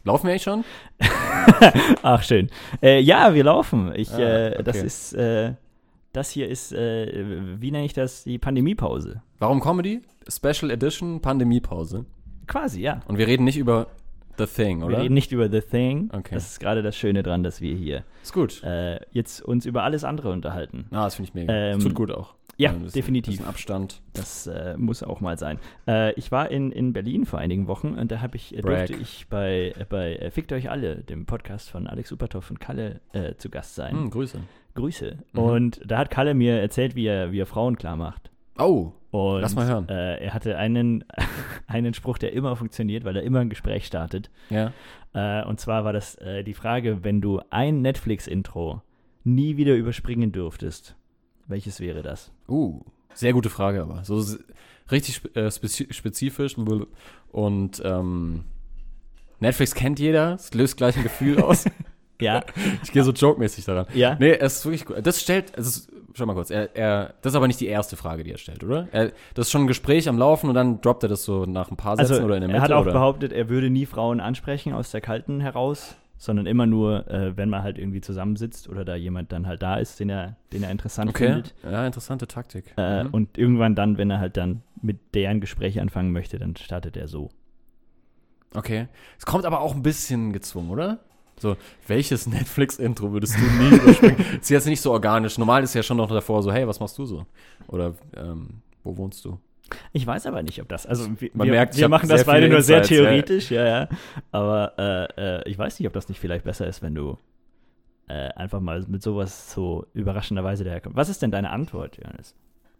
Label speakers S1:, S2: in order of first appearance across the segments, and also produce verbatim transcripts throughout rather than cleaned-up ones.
S1: Laufen wir eigentlich schon?
S2: Ach, schön. Äh, ja, wir laufen. Ich,
S1: Ah,
S2: äh,
S1: okay.
S2: Das ist, äh, das hier ist, äh, wie nenne ich das, die Pandemiepause.
S1: Warum Comedy? Special Edition Pandemiepause.
S2: Quasi, ja.
S1: Und wir reden nicht über The Thing, oder?
S2: Wir reden nicht über The Thing.
S1: Okay.
S2: Das ist gerade das Schöne dran, dass wir hier
S1: Ist gut.
S2: äh, jetzt uns über alles andere unterhalten.
S1: Ah, das finde ich mega.
S2: Ähm,
S1: das tut gut auch.
S2: Ja,
S1: Ein bisschen-
S2: definitiv.
S1: bisschen Abstand.
S2: Das äh, muss auch mal sein. Äh, ich war in, in Berlin vor einigen Wochen und da habe ich, äh,
S1: Brag.
S2: durfte ich bei, äh, bei äh, Fickt euch alle, dem Podcast von Alex Supertoff und Kalle, äh, zu Gast sein.
S1: Hm, Grüße.
S2: Grüße.
S1: Mhm.
S2: Und da hat Kalle mir erzählt, wie er, wie er Frauen klar macht.
S1: Oh,
S2: Und,
S1: Lass mal hören.
S2: Äh, er hatte einen, einen Spruch, der immer funktioniert, weil er immer ein Gespräch startet.
S1: ja.
S2: Äh, und zwar war das äh, die Frage, wenn du ein Netflix-Intro nie wieder überspringen dürftest, welches wäre das?
S1: Uh, sehr gute Frage aber. So s- richtig spe äh, spezi spezifisch. Und ähm, Netflix kennt jeder. Es löst gleich ein Gefühl aus.
S2: Ja,
S1: Ich gehe so joke-mäßig daran.
S2: ja.
S1: Nee, es ist wirklich gut. Das stellt, es ist, schau mal kurz, er, er, das ist aber nicht die erste Frage, die er stellt, oder? Er, das ist schon ein Gespräch am Laufen und dann droppt er das so nach ein paar Sätzen
S2: Also
S1: oder in der Mitte,
S2: er hat auch
S1: oder?
S2: behauptet, er würde nie Frauen ansprechen aus der Kalten heraus, sondern immer nur, äh, wenn man halt irgendwie zusammensitzt oder da jemand dann halt da ist, den er, den er interessant
S1: Okay,
S2: findet.
S1: ja, interessante Taktik.
S2: Äh,
S1: Mhm.
S2: Und irgendwann dann, wenn er halt dann mit deren Gespräch anfangen möchte, dann startet er so.
S1: Okay. Es kommt aber auch ein bisschen gezwungen, oder? So, welches Netflix-Intro würdest du nie überspringen? Ist jetzt nicht so organisch. Normal ist ja schon noch davor so, hey, was machst du so? Oder ähm, wo wohnst du?
S2: Ich weiß aber nicht, ob das, also wir,
S1: Man
S2: wir,
S1: merkt, ich
S2: wir
S1: hab
S2: machen
S1: sehr
S2: das beide
S1: viele
S2: nur sehr
S1: Insights, ja.
S2: theoretisch, ja, ja. Aber äh, äh, ich weiß nicht, ob das nicht vielleicht besser ist, wenn du äh, einfach mal mit sowas so überraschenderweise daherkommst. Was ist denn deine Antwort, Johannes?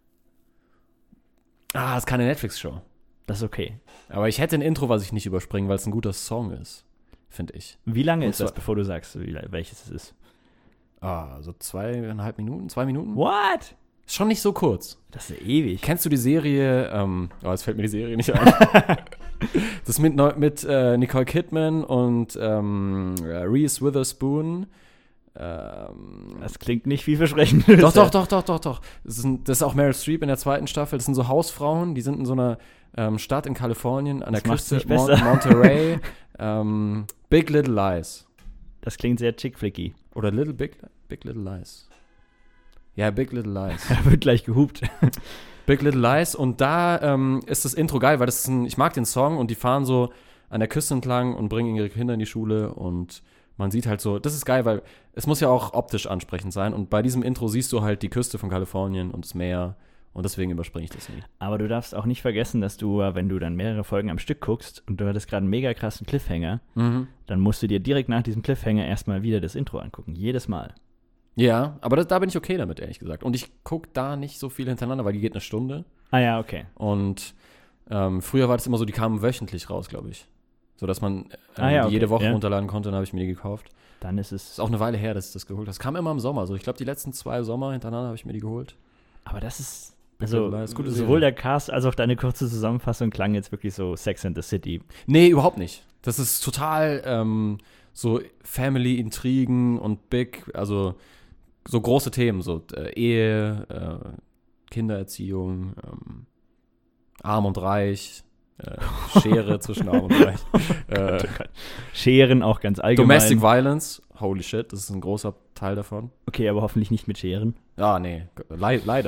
S1: Ah, ist keine Netflix-Show.
S2: Das ist okay.
S1: Aber ich hätte ein Intro, was ich nicht überspringe, weil es ein guter Song ist, finde ich.
S2: Wie lange
S1: Und
S2: ist das,
S1: zwar-
S2: bevor du sagst, wie, welches es ist?
S1: Ah, so zweieinhalb Minuten, zwei Minuten?
S2: What?
S1: Ist schon nicht so kurz.
S2: Das ist ja ewig.
S1: Kennst du die Serie, ähm, oh, jetzt fällt mir die Serie nicht ein. Das ist mit, Neu- mit äh, Nicole Kidman und ähm, Reese Witherspoon. Ähm,
S2: Das klingt nicht vielversprechend.
S1: doch, doch, doch, doch, doch, doch. Das ist, ein, das ist auch Meryl Streep in der zweiten Staffel. Das sind so Hausfrauen, die sind in so einer ähm, Stadt in Kalifornien, an
S2: Das
S1: der
S2: macht's
S1: Küste,
S2: nicht besser.
S1: Mon Monterey. ähm, Big Little Lies.
S2: Das klingt sehr chick-flicky.
S1: Oder Little Big, Big Little Lies. Ja, Big Little Lies.
S2: Da wird gleich gehupt.
S1: Big Little Lies. Und da ähm, ist das Intro geil, weil das ist ein, ich mag den Song und die fahren so an der Küste entlang und bringen ihre Kinder in die Schule und man sieht halt so, das ist geil, weil es muss ja auch optisch ansprechend sein und bei diesem Intro siehst du halt die Küste von Kalifornien und das Meer und deswegen überspringe ich das nie.
S2: Aber du darfst auch nicht vergessen, dass du, äh, wenn du dann mehrere Folgen am Stück guckst und du hattest gerade einen mega krassen Cliffhanger,
S1: Mhm.
S2: dann musst du dir direkt nach diesem Cliffhanger erstmal wieder das Intro angucken. Jedes Mal.
S1: Ja, aber das, da bin ich okay damit, ehrlich gesagt. Und ich gucke da nicht so viel hintereinander, weil die geht eine Stunde.
S2: Ah ja, okay.
S1: Und ähm, früher war das immer so, die kamen wöchentlich raus, glaube ich. So, dass man ähm,
S2: Ah ja,
S1: die
S2: okay,
S1: jede Woche
S2: ja.
S1: runterladen konnte, dann habe ich mir die gekauft.
S2: Dann ist es.
S1: Ist auch eine Weile her, dass ich das geholt habe. Das kam immer im Sommer. Also ich glaube, die letzten zwei Sommer hintereinander habe ich mir die geholt.
S2: Aber das ist.
S1: Big
S2: Also,
S1: Little Lies, gute
S2: sowohl
S1: Serie.
S2: der Cast als auch deine kurze Zusammenfassung klang jetzt wirklich so Sex and the City.
S1: Nee, überhaupt nicht. Das ist total ähm, so Family-Intrigen und Big, also so große Themen, so äh, Ehe, äh, Kindererziehung, ähm, Arm und Reich, äh, Schere zwischen Arm und Reich. Äh,
S2: Scheren auch ganz allgemein.
S1: Domestic Violence, holy shit, das ist ein großer Teil davon.
S2: Okay, aber hoffentlich nicht mit Scheren.
S1: Ah, nee, le leider.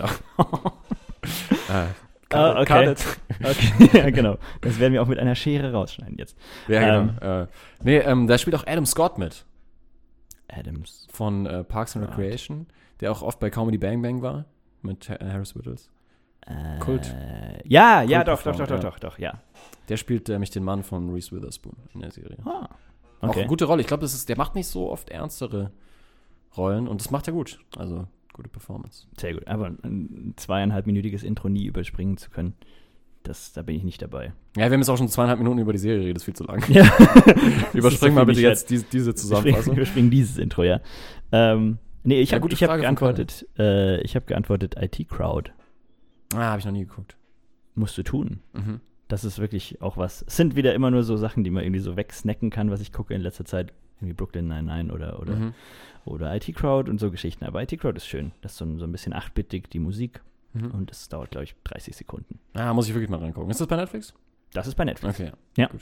S1: äh,
S2: Ah,
S1: cut
S2: okay.
S1: it.
S2: Okay, ja, genau. Das werden wir auch mit einer Schere rausschneiden jetzt.
S1: Ja, genau. Äh, nee, ähm, da spielt auch Adam Scott mit.
S2: Adams.
S1: Von äh, Parks and
S2: Right.
S1: Recreation, der auch oft bei Comedy Bang Bang war, mit Ha- Harris Whittles.
S2: Äh,
S1: Kult.
S2: Ja, ja, doch, doch,
S1: Kult-Performer,
S2: doch, doch,
S1: ja.
S2: doch, doch, ja.
S1: Der spielt nämlich den Mann von Reese Witherspoon in der Serie.
S2: Ah,
S1: Auch
S2: okay.
S1: eine gute Rolle. Ich glaube, das ist, der macht nicht so oft ernstere Rollen und das macht er gut. Also, gute Performance.
S2: Sehr gut. Aber ein zweieinhalbminütiges Intro nie überspringen zu können, das, da bin ich nicht dabei.
S1: Ja, wir haben jetzt auch schon zweieinhalb Minuten über die Serie geredet, das ist viel zu lang.
S2: Ja.
S1: Überspring
S2: so
S1: mal
S2: viel
S1: bitte
S2: nicht
S1: jetzt diese, diese
S2: Überspringen,
S1: Zusammenfassung.
S2: überspringen dieses Intro, ja. Ähm, nee, ich
S1: Ja,
S2: habe
S1: gute
S2: ich hab
S1: Frage von
S2: geantwortet, äh, ich habe geantwortet I T-Crowd.
S1: Ah, habe ich noch nie geguckt.
S2: Musst du tun.
S1: Mhm.
S2: Das ist wirklich auch was. Es sind wieder immer nur so Sachen, die man irgendwie so wegsnacken kann, was ich gucke in letzter Zeit. Irgendwie Brooklyn Nine-Nine oder, oder,
S1: Mhm.
S2: oder I T-Crowd und so Geschichten. Aber I T-Crowd ist schön. Das ist so ein, so ein bisschen acht-bittig, die Musik.
S1: Mhm.
S2: Und das dauert, glaube ich, dreißig Sekunden.
S1: Ah, muss ich wirklich mal reingucken. Ist das bei Netflix?
S2: Das ist bei Netflix.
S1: Okay.
S2: Ja.
S1: Gut.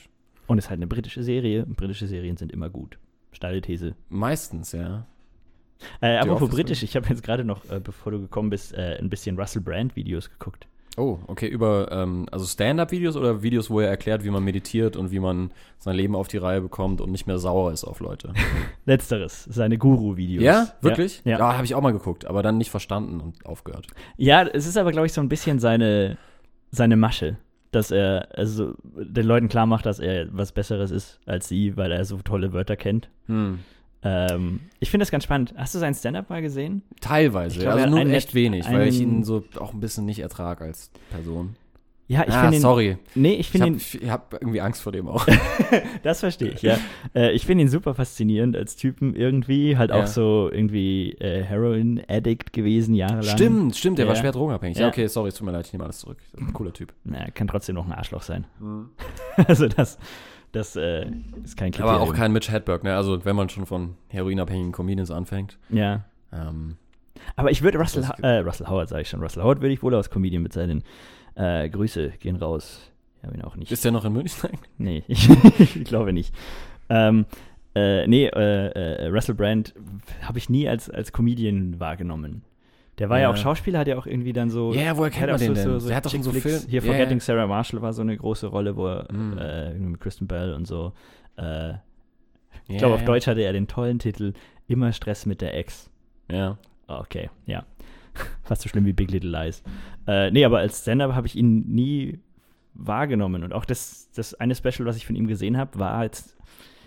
S2: Und es ist halt eine britische Serie. Britische Serien sind immer gut. Steile These.
S1: Meistens, ja.
S2: Äh, apropos
S1: Office
S2: britisch, ich habe jetzt gerade noch, äh, bevor du gekommen bist, äh, ein bisschen Russell Brand-Videos geguckt.
S1: Oh, okay, über ähm, also Stand-Up-Videos oder Videos, wo er erklärt, wie man meditiert und wie man sein Leben auf die Reihe bekommt und nicht mehr sauer ist auf Leute.
S2: Letzteres, seine Guru-Videos.
S1: Ja, wirklich?
S2: Ja, ja.
S1: Ja, habe ich auch mal geguckt, aber dann nicht verstanden und aufgehört.
S2: Ja, es ist aber, glaube ich, so ein bisschen seine, seine Masche, dass er also den Leuten klar macht, dass er was Besseres ist als sie, weil er so tolle Wörter kennt.
S1: Hm.
S2: Ähm, ich finde das ganz spannend. Hast du seinen Stand-Up mal gesehen?
S1: Teilweise,
S2: glaub,
S1: also
S2: er
S1: nur
S2: hat
S1: echt
S2: einen-
S1: wenig, weil
S2: einen-
S1: ich ihn so auch ein bisschen nicht ertrage als Person.
S2: Ja, ich
S1: ah,
S2: finde ihn.
S1: sorry.
S2: Nee, ich
S1: Ich
S2: finde
S1: habe
S2: ihn.
S1: hab irgendwie Angst vor dem auch.
S2: Das verstehe ich, ja. äh, ich finde ihn super faszinierend als Typen irgendwie. Halt
S1: Ja.
S2: auch so irgendwie äh, Heroin-Addict gewesen, jahrelang.
S1: Stimmt, stimmt, der
S2: Ja.
S1: war schwer drogenabhängig. Ja.
S2: Ja.
S1: okay, sorry, es tut mir leid, ich nehme alles zurück. Ein cooler Typ.
S2: Na, kann trotzdem noch ein Arschloch sein. Also das, das äh, ist kein Kriterium.
S1: Aber auch kein Mitch Hedberg, ne? Also wenn man schon von heroinabhängigen Comedians anfängt.
S2: Ja.
S1: Ähm,
S2: Aber ich würde Russell,
S1: Das-
S2: äh, Russell Howard, sage ich schon. Russell Howard würde ich wohl als Comedian mit seinen äh, Grüße gehen raus. Ich habe ihn auch nicht.
S1: ist der noch in München?
S2: Nee, ich, ich glaube nicht. Ähm, äh, nee, äh, äh, Russell Brand habe ich nie als, als Comedian wahrgenommen. Der war ja.
S1: Ja.
S2: auch Schauspieler, hat ja auch irgendwie dann so.
S1: Ja, woher kennt
S2: hat
S1: man
S2: auch
S1: den
S2: so,
S1: denn?
S2: So, so
S1: Der hat doch in so
S2: Chick-Flicks.
S1: Film-
S2: Hier
S1: Ja,
S2: Forgetting
S1: ja.
S2: Sarah Marshall war so eine große Rolle, wo er
S1: Mm.
S2: äh, mit Kristen Bell und so. Äh, ich
S1: Ja,
S2: glaube, auf
S1: ja.
S2: Deutsch hatte er den tollen Titel Immer Stress mit der Ex.
S1: Ja.
S2: Okay, ja. Fast so schlimm wie Big Little Lies. Äh, nee, aber als Stand-Up habe ich ihn nie wahrgenommen. Und auch das, das eine Special, was ich von ihm gesehen habe, war jetzt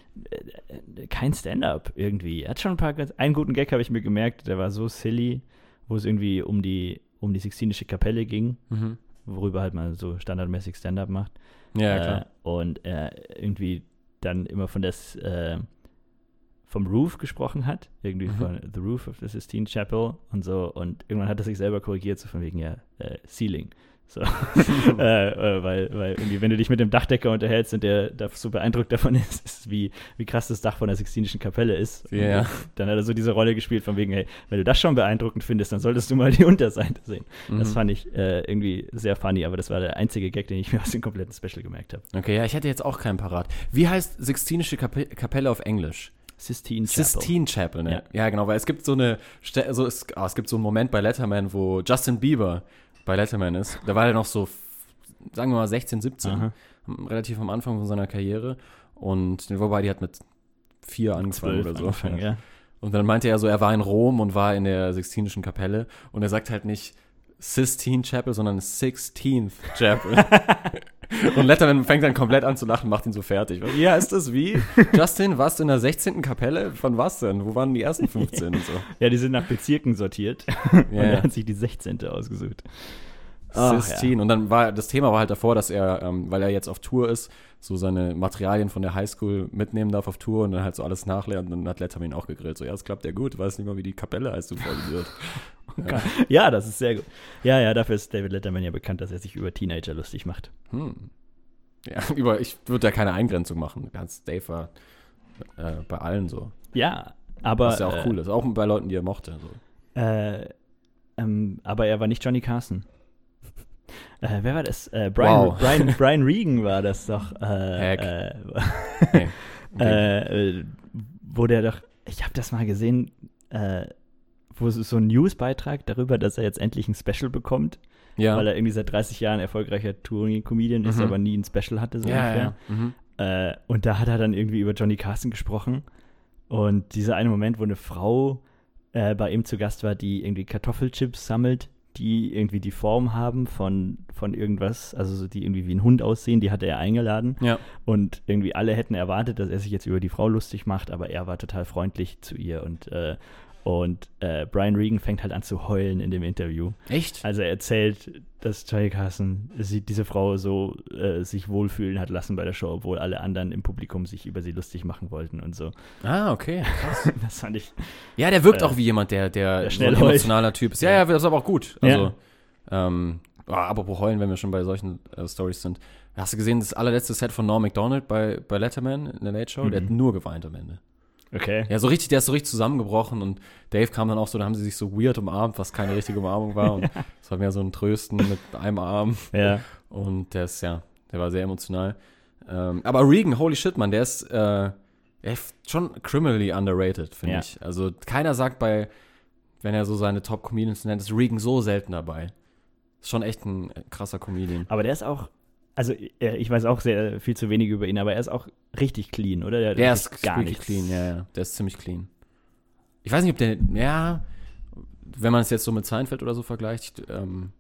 S2: äh, kein Stand-Up irgendwie. Er hat schon ein paar, ganz- einen guten Gag habe ich mir gemerkt, der war so silly, wo es irgendwie um die, um die Sixtinische Kapelle ging,
S1: Mhm.
S2: worüber halt mal so standardmäßig Stand-Up macht.
S1: Ja, ja, klar.
S2: Äh, und er irgendwie dann immer von das, äh, vom Roof gesprochen hat, irgendwie
S1: Mhm.
S2: von The Roof of the Sistine Chapel und so. Und irgendwann hat er sich selber korrigiert, so von wegen, ja, äh, Ceiling. So. äh, äh, weil, weil irgendwie, wenn du dich mit dem Dachdecker unterhältst und der da so beeindruckt davon ist, ist wie, wie krass das Dach von der Sixtinischen Kapelle ist. Und
S1: Ja.
S2: dann hat er so diese Rolle gespielt von wegen, hey, wenn du das schon beeindruckend findest, dann solltest du mal die Unterseite sehen. Das
S1: Mhm.
S2: fand ich äh, irgendwie sehr funny, aber das war der einzige Gag, den ich mir aus dem kompletten Special gemerkt habe.
S1: Okay, ja, ich hätte jetzt auch keinen parat. Wie heißt Sixtinische Kape Kapelle auf Englisch?
S2: Sistine Chapel.
S1: Sistine Chapel, ne?
S2: Ja.
S1: Ja. genau, weil es gibt so eine, Ste- also es, ah, es gibt so einen Moment bei Letterman, wo Justin Bieber bei Letterman ist. Da war er noch so, f- sagen wir mal, sechzehn, siebzehn,
S2: Aha.
S1: am- relativ am Anfang von seiner Karriere. Und wobei die hat mit vier angefangen
S2: Zwölf
S1: oder so.
S2: angefangen, ja.
S1: Und dann meinte er so, er war in Rom und war in der Sixtinischen Kapelle. Und er sagt halt nicht Sistine Chapel, sondern Sixteenth Chapel. Und Letterman fängt dann komplett an zu lachen, macht ihn so fertig. Ja, ist das wie? Justin, warst du in der sechzehnten Kapelle? Von was denn? Wo waren die ersten fünfzehn und so?
S2: Ja, die sind nach Bezirken sortiert.
S1: Ja,
S2: und er
S1: ja.
S2: hat sich die sechzehnte ausgesucht. Ach,
S1: Sistine. Und dann war, das Thema war halt davor, dass er, ähm, weil er jetzt auf Tour ist, so seine Materialien von der Highschool mitnehmen darf auf Tour und dann halt so alles nachlernen. Und dann hat Letterman ihn auch gegrillt. So, ja, das klappt ja gut. Weiß nicht mal, wie die Kapelle heißt, du Vollidiot. Ja.
S2: Ja, das ist sehr gut. Ja, ja, dafür ist David Letterman ja bekannt, dass er sich über Teenager lustig macht.
S1: Hm. Ja, über, ich würde da keine Eingrenzung machen. Ganz Dave war äh, bei allen so.
S2: Ja, aber.
S1: Was ja auch
S2: äh,
S1: cool ist. Auch bei Leuten, die er mochte. So.
S2: Äh, ähm, aber er war nicht Johnny Carson. Äh, wer war das? Äh, Brian,
S1: Wow.
S2: Brian, Brian Regan war das doch. Äh,
S1: Heck.
S2: äh,
S1: Okay. Okay.
S2: äh, äh, wo der doch, ich habe das mal gesehen, äh, wo es so ein Newsbeitrag darüber, dass er jetzt endlich ein Special bekommt,
S1: ja.
S2: weil er irgendwie seit dreißig Jahren erfolgreicher Touring-Comedian ist,
S1: Mhm.
S2: aber nie ein Special hatte, so
S1: ja,
S2: ungefähr.
S1: ja. Mhm.
S2: Äh, und da hat er dann irgendwie über Johnny Carson gesprochen. Und dieser eine Moment, wo eine Frau äh, bei ihm zu Gast war, die irgendwie Kartoffelchips sammelt, die irgendwie die Form haben von, von irgendwas, also so die irgendwie wie ein Hund aussehen, die hatte er eingeladen.
S1: Ja.
S2: Und irgendwie alle hätten erwartet, dass er sich jetzt über die Frau lustig macht, aber er war total freundlich zu ihr. Und, äh, und äh, Brian Regan fängt halt an zu heulen in dem Interview.
S1: Echt?
S2: Also er erzählt, dass Johnny Carson sie, diese Frau so äh, sich wohlfühlen hat lassen bei der Show, obwohl alle anderen im Publikum sich über sie lustig machen wollten und so.
S1: Ah, okay. Krass.
S2: Das fand ich.
S1: Ja, der wirkt
S2: Äh,
S1: auch wie jemand, der, der,
S2: der
S1: so
S2: schnell
S1: ein
S2: heult.
S1: emotionaler Typ ist. Ja, ja, das ist aber auch gut.
S2: Ja.
S1: Also, ähm, oh, apropos heulen, wenn wir schon bei solchen äh, Stories sind. Hast du gesehen, das allerletzte Set von Norm Macdonald bei, bei Letterman in der Late Show?
S2: Mhm.
S1: Der hat nur geweint am Ende.
S2: Okay.
S1: Ja, so richtig, der ist so richtig zusammengebrochen und Dave kam dann auch so, da haben sie sich so weird umarmt, was keine richtige Umarmung war und es war mehr so ein Trösten mit einem Arm
S2: Ja.
S1: und der ist, ja, der war sehr emotional. Ähm, aber Regan, holy shit, man, der ist, äh, der ist schon criminally underrated, finde
S2: Ja.
S1: ich. Also keiner sagt bei, wenn er so seine Top-Comedians nennt, ist Regan so selten dabei. Ist schon echt ein krasser Comedian.
S2: Aber der ist auch, also äh, ich weiß auch sehr viel zu wenig über ihn, aber er ist auch richtig clean, oder? Der,
S1: Der
S2: hat
S1: ist
S2: gar
S1: wirklich
S2: nichts.
S1: clean, ja, ja. Der ist ziemlich clean. Ich weiß nicht, ob der, ja, wenn man es jetzt so mit Seinfeld oder so vergleicht, ähm,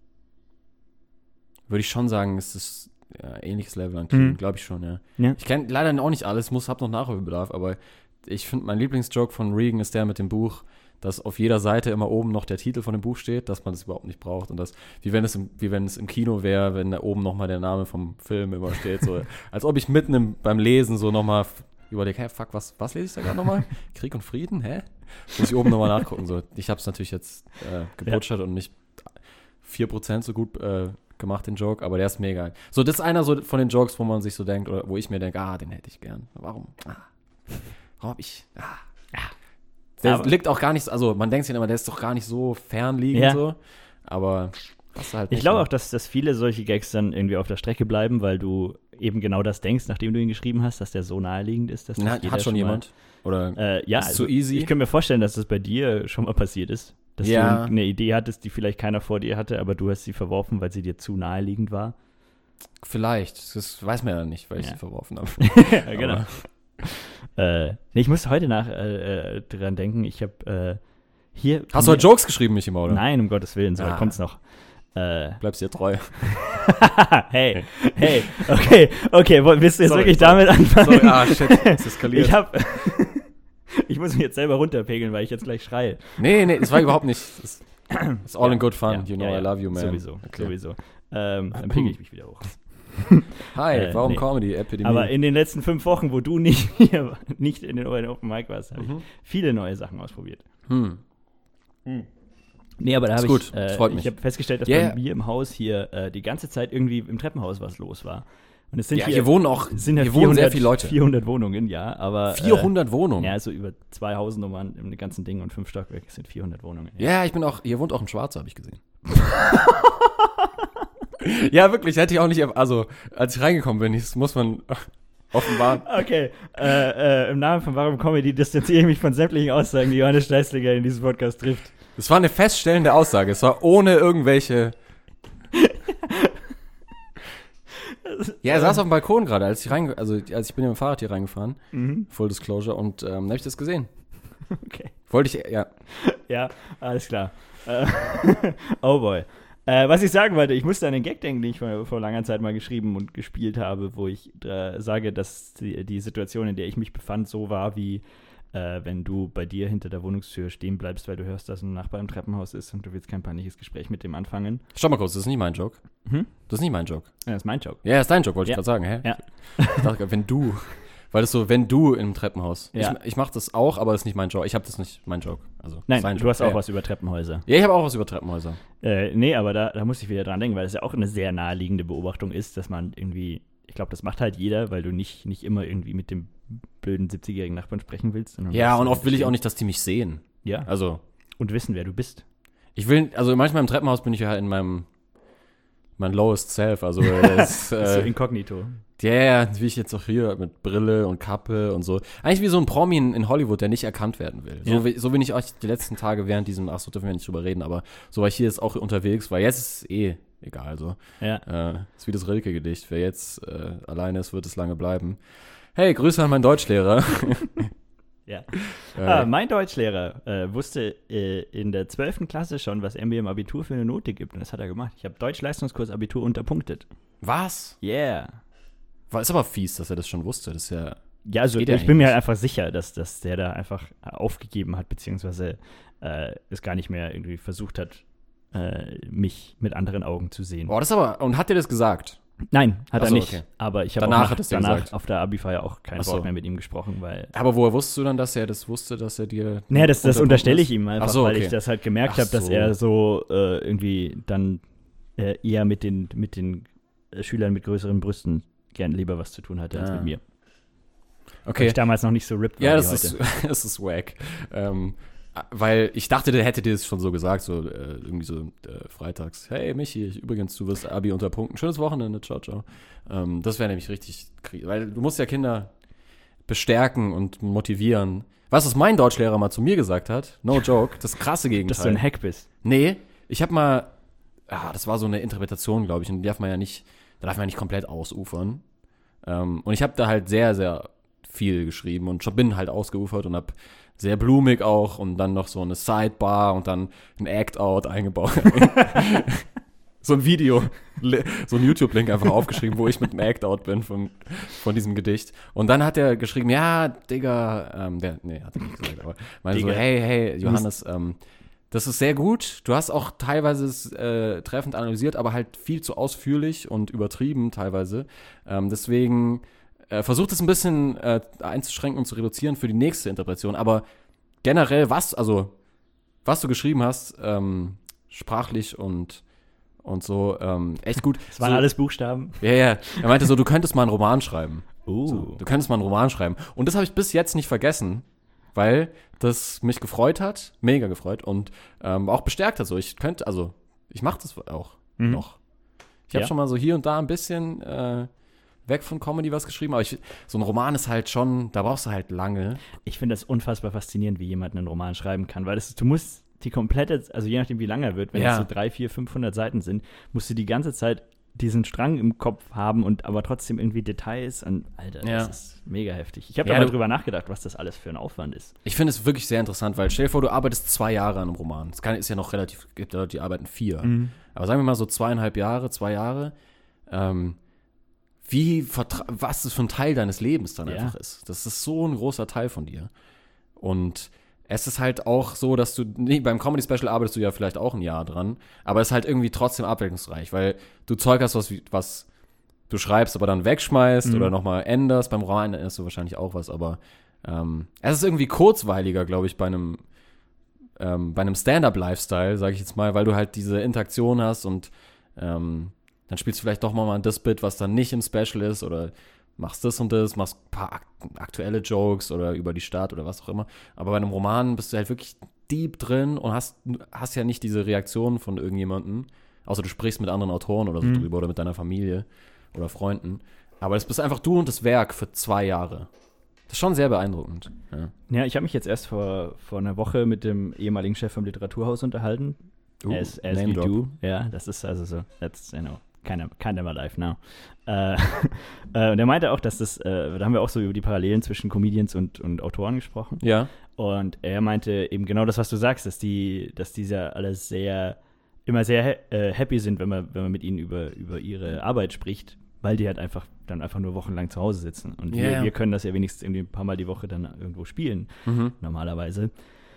S1: würde ich schon sagen, es ist ja, ähnliches Level an clean,
S2: Mhm.
S1: glaube ich schon, ja.
S2: Ja.
S1: Ich kenne leider auch nicht alles, muss, hab noch Nachholbedarf, aber ich finde, mein Lieblingsjoke von Regan ist der mit dem Buch, dass auf jeder Seite immer oben noch der Titel von dem Buch steht, dass man das überhaupt nicht braucht und das, wie wenn es im, wie wenn es im Kino wäre, wenn da oben nochmal der Name vom Film immer steht, so, als ob ich mitten im, beim Lesen so nochmal f- überlege, hä, fuck, was, was lese ich da gerade nochmal? Krieg und Frieden, hä? Muss ich oben nochmal nachgucken, so. Ich hab's natürlich jetzt äh, gebutschert und nicht vier Prozent so gut äh, gemacht, den Joke, aber der ist mega. So, das ist einer so von den Jokes, wo man sich so denkt, oder wo ich mir denke, ah, den hätte ich gern. Warum? Ah, warum hab ich, ah, ah. Der
S2: Aber-
S1: liegt auch gar nicht, so- also man denkt sich immer, der ist doch gar nicht so fernliegend
S2: Ja.
S1: so, aber das ist halt
S2: Ich
S1: nicht
S2: glaube
S1: so.
S2: auch, dass, dass viele solche Gags dann irgendwie auf der Strecke bleiben, weil du eben genau das denkst, nachdem du ihn geschrieben hast, dass der so naheliegend ist, dass das
S1: Na,
S2: jeder
S1: hat schon
S2: mal-
S1: jemand? Oder
S2: Äh, ja,
S1: Ist
S2: also
S1: zu easy?
S2: ich könnte mir vorstellen, dass das bei dir schon mal passiert ist. Dass
S1: Ja.
S2: du eine Idee hattest, die vielleicht keiner vor dir hatte, aber du hast sie verworfen, weil sie dir zu naheliegend war.
S1: vielleicht, das weiß man ja nicht, weil ich
S2: Ja.
S1: sie verworfen habe.
S2: ja, genau. Äh, nee, ich musste heute nach äh, äh, dran denken, ich habe äh, hier...
S1: Hast du heute Jokes geschrieben, Michi Maude?
S2: Nein, um Gottes Willen, so
S1: Ah.
S2: weit kommt's noch. Äh,
S1: Bleibst dir treu.
S2: hey, hey, okay, okay, woll- willst du jetzt
S1: Sorry,
S2: wirklich
S1: sorry.
S2: damit anfangen?
S1: Sorry, ah, shit, es eskaliert.
S2: Ich hab... ich muss mich jetzt selber runterpegeln, weil ich jetzt gleich schreie.
S1: Nee, nee, das war überhaupt nicht. Das ist all in good fun.
S2: Ja,
S1: you know
S2: ja,
S1: I
S2: ja,
S1: love you, man.
S2: Sowieso,
S1: Okay.
S2: sowieso. Ähm, dann pegel ich mich wieder hoch.
S1: Hi,
S2: Äh,
S1: warum
S2: nee.
S1: Comedy-Epidemie?
S2: Aber in den letzten fünf Wochen, wo du nicht hier, nicht in den Open Mic warst, habe
S1: Mhm.
S2: ich viele neue Sachen ausprobiert.
S1: hm.
S2: Nee, aber da
S1: Ist
S2: habe
S1: gut,
S2: ich,
S1: das
S2: äh,
S1: freut
S2: ich
S1: mich.
S2: habe festgestellt, dass
S1: Yeah.
S2: bei mir im Haus hier äh, die ganze Zeit irgendwie im Treppenhaus was los war. Und es sind
S1: Ja,
S2: hier,
S1: hier wohnen auch
S2: sind ja
S1: hier wohnen sehr viele Leute.
S2: vierhundert Wohnungen, ja, aber
S1: vierhundert
S2: äh,
S1: Wohnungen?
S2: ja, so über zwei Hausnummern im ganzen Ding und fünf Stockwerke sind vierhundert Wohnungen.
S1: Ja, ich bin auch, hier wohnt auch ein Schwarzer, habe ich gesehen. Ja, wirklich, hätte ich auch nicht, also, als ich reingekommen bin, das muss man offenbar.
S2: Okay, äh, äh, im Namen von Warum Comedy distanziere ich mich von sämtlichen Aussagen, die Johannes Steißlinger in diesem Podcast trifft.
S1: Das war eine feststellende Aussage, es war ohne irgendwelche. Ja, er saß auf dem Balkon gerade, als ich rein, also als ich bin mit dem Fahrrad hier reingefahren,
S2: Mhm.
S1: Full Disclosure, und ähm, dann habe ich das gesehen.
S2: Okay.
S1: Wollte ich, ja.
S2: Ja, alles klar. Äh, oh boy. Äh, was ich sagen wollte, ich musste an den Gag denken, den ich vor, vor langer Zeit mal geschrieben und gespielt habe, wo ich äh, sage, dass die, die Situation, in der ich mich befand, so war wie äh, wenn du bei dir hinter der Wohnungstür stehen bleibst, weil du hörst, dass ein Nachbar im Treppenhaus ist und du willst kein peinliches Gespräch mit dem anfangen.
S1: Schau mal kurz, das ist nicht mein Joke.
S2: Hm?
S1: Das ist nicht mein Joke.
S2: Ja, das ist mein Joke.
S1: Ja, das ist dein Joke, wollte
S2: Ja.
S1: ich gerade sagen, hä?
S2: Ja.
S1: Ich dachte gerade, wenn du, weil das so, wenn du im Treppenhaus.
S2: Ja.
S1: Ich, ich mache das auch, aber das ist nicht mein Joke. Ich habe das nicht, mein Joke. Also,
S2: Nein,
S1: sein
S2: du
S1: Joke.
S2: hast auch
S1: ja,
S2: was über Treppenhäuser.
S1: Ja, ich habe auch was über Treppenhäuser.
S2: Äh, nee, aber da, da muss ich wieder dran denken, weil es ja auch eine sehr naheliegende Beobachtung ist, dass man irgendwie, ich glaube, das macht halt jeder, weil du nicht, nicht immer irgendwie mit dem blöden siebzigjährigen Nachbarn sprechen willst. sondern
S1: Ja,
S2: willst
S1: und
S2: halt
S1: oft will ich auch
S2: stehen.
S1: nicht, dass die mich sehen.
S2: Ja,
S1: Also,
S2: und wissen, wer du bist.
S1: ich will, also manchmal im Treppenhaus bin ich ja in meinem, mein lowest self, also das,
S2: Das ist so
S1: äh,
S2: inkognito.
S1: ja, ja, wie ich jetzt auch hier mit Brille und Kappe und so. Eigentlich wie so ein Promi in, in Hollywood, der nicht erkannt werden will.
S2: Ja.
S1: So, wie, so bin ich auch die letzten Tage während diesem, ach so, dürfen wir nicht drüber reden, aber so war ich hier jetzt auch unterwegs, weil jetzt ist es eh egal, so.
S2: Ja.
S1: Äh, ist wie das Rilke-Gedicht. Wer jetzt äh, alleine ist, wird es lange bleiben. Hey, Grüße an meinen Deutschlehrer.
S2: Ja.
S1: äh,
S2: Ah, mein Deutschlehrer äh, wusste äh, in der zwölften Klasse schon, was er mir im Abitur für eine Note gibt. Und das hat er gemacht. Ich habe Deutsch-Leistungskurs Abitur unterpunktet.
S1: was?
S2: Yeah.
S1: War ist aber fies, dass er das schon wusste. Das ist ja.
S2: Ja, also
S1: geht
S2: ich
S1: ja
S2: bin mir
S1: eigentlich.
S2: halt einfach sicher, dass, dass der da einfach aufgegeben hat, beziehungsweise äh, es gar nicht mehr irgendwie versucht hat, äh, mich mit anderen Augen zu sehen.
S1: Boah, das ist aber. Und hat er das gesagt?
S2: Nein, hat
S1: Ach
S2: er
S1: so,
S2: nicht.
S1: okay.
S2: Aber ich habe
S1: Danach
S2: auch
S1: hat es dir
S2: danach
S1: gesagt.
S2: auf der Abi-Feier auch kein
S1: Ach so.
S2: Wort mehr mit ihm gesprochen, weil
S1: Aber woher wusstest du dann, dass er das wusste, dass er dir.
S2: naja, das, das
S1: unterbunden
S2: unterstelle
S1: ist?
S2: ich ihm einfach,
S1: Ach so,
S2: weil
S1: okay.
S2: ich das halt gemerkt
S1: Ach
S2: habe, dass
S1: so.
S2: er so äh, irgendwie dann äh, eher mit den, mit den äh, Schülern mit größeren Brüsten gern lieber was zu tun hatte als
S1: Ah.
S2: mit mir. Weil
S1: Okay.
S2: ich damals noch nicht so ripped war
S1: Ja,
S2: wie
S1: das
S2: heute.
S1: ist, das ist wack. Ähm, weil ich dachte, der hätte dir das schon so gesagt, so äh, irgendwie so äh, freitags. Hey Michi, ich, übrigens, du wirst Abi unter Punkten. Schönes Wochenende, ciao, ciao. Ähm, das wäre nämlich richtig, weil du musst ja Kinder bestärken und motivieren. Weißt du, was mein Deutschlehrer mal zu mir gesagt hat? No joke, das krasse Gegenteil.
S2: Dass du ein Hack bist.
S1: Nee, ich habe mal, ah, das war so eine Interpretation, glaube ich, und die darf man ja nicht, da darf man ja nicht komplett ausufern. Ähm, und ich habe da halt sehr, sehr viel geschrieben und schon bin halt ausgeufert und habe sehr blumig auch und dann noch so eine Sidebar und dann ein Act-Out eingebaut. So ein Video, so ein YouTube-Link einfach aufgeschrieben, wo ich mit einem Act-Out bin von, von diesem Gedicht. Und dann hat er geschrieben, ja, Digga, ähm, der, nee, hat er nicht gesagt, aber meinte so, hey, hey, Johannes, ähm, das ist sehr gut. Du hast auch teilweise es äh, treffend analysiert, aber halt viel zu ausführlich und übertrieben teilweise. Ähm, deswegen äh, versucht es ein bisschen äh, einzuschränken und zu reduzieren für die nächste Interpretation. Aber generell, was, also, was du geschrieben hast, ähm, sprachlich und Und so, ähm, echt gut.
S2: Das waren
S1: so,
S2: alles Buchstaben.
S1: Ja, ja. Er meinte so, du könntest mal einen Roman schreiben.
S2: Uh.
S1: So, du könntest mal einen Roman schreiben. Und das habe ich bis jetzt nicht vergessen, weil das mich gefreut hat, mega gefreut und ähm, auch bestärkt hat. So, ich könnte, also, ich mache das auch
S2: mhm.
S1: noch. Ich habe
S2: ja.
S1: schon mal so hier und da ein bisschen äh, weg von Comedy was geschrieben, aber ich, so ein Roman ist halt schon, da brauchst du halt lange.
S2: Ich finde das unfassbar faszinierend, wie jemand einen Roman schreiben kann, weil das ist, du musst die komplette, also je nachdem, wie lang er wird, wenn
S1: ja.
S2: es so drei, vier, fünfhundert Seiten sind, musst du die ganze Zeit diesen Strang im Kopf haben und aber trotzdem irgendwie Details. Und, Alter, das
S1: ja.
S2: ist mega heftig. Ich habe
S1: ja,
S2: da mal drüber nachgedacht, was das alles für ein Aufwand ist.
S1: Ich finde es wirklich sehr interessant, weil stell dir vor, du arbeitest zwei Jahre an einem Roman. Das kann, ist ja noch relativ, gibt Leute, die arbeiten vier.
S2: Mhm.
S1: Aber sagen wir mal so zweieinhalb Jahre, zwei Jahre, ähm, wie, vertra- was das für ein Teil deines Lebens dann
S2: ja.
S1: einfach ist. Das ist so ein großer Teil von dir. Und es ist halt auch so, dass du, nee, beim Comedy-Special arbeitest du ja vielleicht auch ein Jahr dran, aber es ist halt irgendwie trotzdem abwechslungsreich, weil du Zeug hast, was, was du schreibst, aber dann wegschmeißt
S2: mhm.
S1: oder nochmal änderst. Beim Roman änderst du wahrscheinlich auch was, aber ähm, es ist irgendwie kurzweiliger, glaube ich, bei einem, ähm, bei einem Stand-Up-Lifestyle, sage ich jetzt mal, weil du halt diese Interaktion hast und ähm, dann spielst du vielleicht doch mal das Bit, was dann nicht im Special ist oder machst das und das, machst ein paar aktuelle Jokes oder über die Stadt oder was auch immer. Aber bei einem Roman bist du halt wirklich deep drin und hast, hast ja nicht diese Reaktionen von irgendjemandem, außer du sprichst mit anderen Autoren oder so mhm. drüber oder mit deiner Familie oder Freunden. Aber es bist einfach du und das Werk für zwei Jahre. Das ist schon sehr beeindruckend. Ja,
S2: ja ich habe mich jetzt erst vor, vor einer Woche mit dem ehemaligen Chef vom Literaturhaus unterhalten.
S1: Uh,
S2: as as you do. Ja, das ist also so, that's, you know, Keiner, keiner mal live now. Äh, äh, und er meinte auch, dass das, äh, da haben wir auch so über die Parallelen zwischen Comedians und, und Autoren gesprochen.
S1: Ja.
S2: Und er meinte eben genau das, was du sagst, dass die, dass diese alle sehr, immer sehr ha- äh, happy sind, wenn man, wenn man mit ihnen über, über ihre Arbeit spricht, weil die halt einfach dann einfach nur wochenlang zu Hause sitzen. Und
S1: yeah.
S2: wir, wir können das ja wenigstens irgendwie ein paar Mal die Woche dann irgendwo spielen,
S1: mhm.
S2: normalerweise.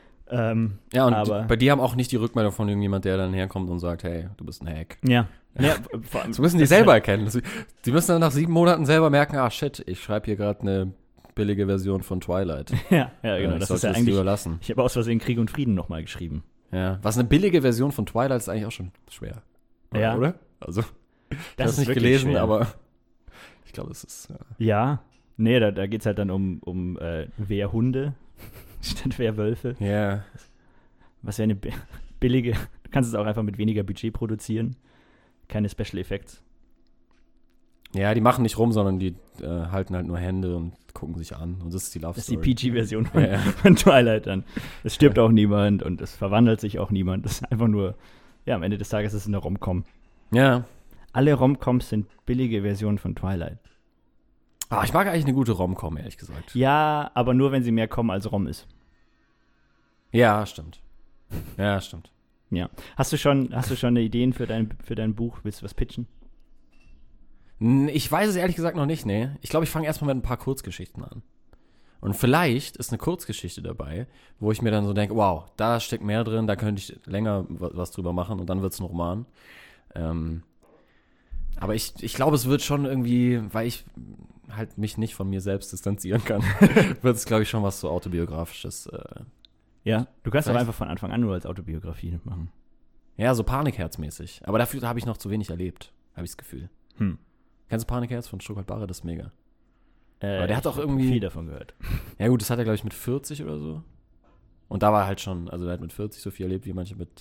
S2: Ähm,
S1: ja, und
S2: aber,
S1: bei dir haben auch nicht die Rückmeldung von irgendjemand, der dann herkommt und sagt, hey, du bist ein Hack.
S2: Ja. ja
S1: das müssen die selber erkennen. Die müssen dann nach sieben Monaten selber merken, ah shit, ich schreibe hier gerade eine billige Version von Twilight.
S2: ja, ja, genau.
S1: Ich
S2: das ist ja
S1: das
S2: eigentlich,
S1: überlassen.
S2: Ich habe aus Versehen Krieg und Frieden nochmal geschrieben.
S1: Ja, was eine billige Version von Twilight ist eigentlich auch schon schwer.
S2: Ja.
S1: Oder? Also, ich habe es nicht
S2: wirklich
S1: gelesen,
S2: schwer.
S1: aber ich glaube, es ist, ja.
S2: Ja, nee, da, da geht es halt dann um, um äh, Wehrhunde statt Wehrwölfe.
S1: Ja. Yeah.
S2: Was ja eine bi- billige, du kannst es auch einfach mit weniger Budget produzieren. Keine Special Effects.
S1: Ja, die machen nicht rum, sondern die äh, halten halt nur Hände und gucken sich an. Und das ist die Love
S2: Das ist
S1: Story.
S2: die P G-Version von,
S1: ja, ja.
S2: von Twilight dann. Es stirbt auch niemand und es verwandelt sich auch niemand. Das ist einfach nur, ja, am Ende des Tages ist es eine Rom-Com.
S1: Ja.
S2: Alle Rom-Coms sind billige Versionen von Twilight.
S1: Ah, ich mag eigentlich eine gute Rom-Com, ehrlich gesagt.
S2: Ja, aber nur, wenn sie mehr kommen als Rom ist.
S1: Ja, stimmt. Ja, stimmt.
S2: Ja. Hast du schon, hast du schon eine Ideen für dein, für dein Buch? Willst du was pitchen?
S1: Ich weiß es ehrlich gesagt noch nicht, nee. Ich glaube, ich fange erstmal mit ein paar Kurzgeschichten an. Und vielleicht ist eine Kurzgeschichte dabei, wo ich mir dann so denke, wow, da steckt mehr drin, da könnte ich länger was drüber machen und dann wird es ein Roman. Ähm, aber ich, ich glaube, es wird schon irgendwie, weil ich halt mich nicht von mir selbst distanzieren kann, wird es, glaube ich, schon was so Autobiografisches. Äh,
S2: Ja, du kannst doch
S1: Vielleicht-
S2: einfach von Anfang an nur als Autobiografie machen.
S1: ja, so Panikherz-mäßig. Aber dafür habe ich noch zu wenig erlebt, habe ich das Gefühl.
S2: Hm.
S1: Kennst du Panikherz von Stuttgart Barre? Das ist mega.
S2: Äh,
S1: Aber der hat
S2: ich
S1: auch
S2: hab
S1: irgendwie-
S2: viel davon gehört.
S1: Ja gut, das hat er, glaube ich, mit vierzig oder so Und da war er halt schon, also der hat mit vierzig so viel erlebt wie manche mit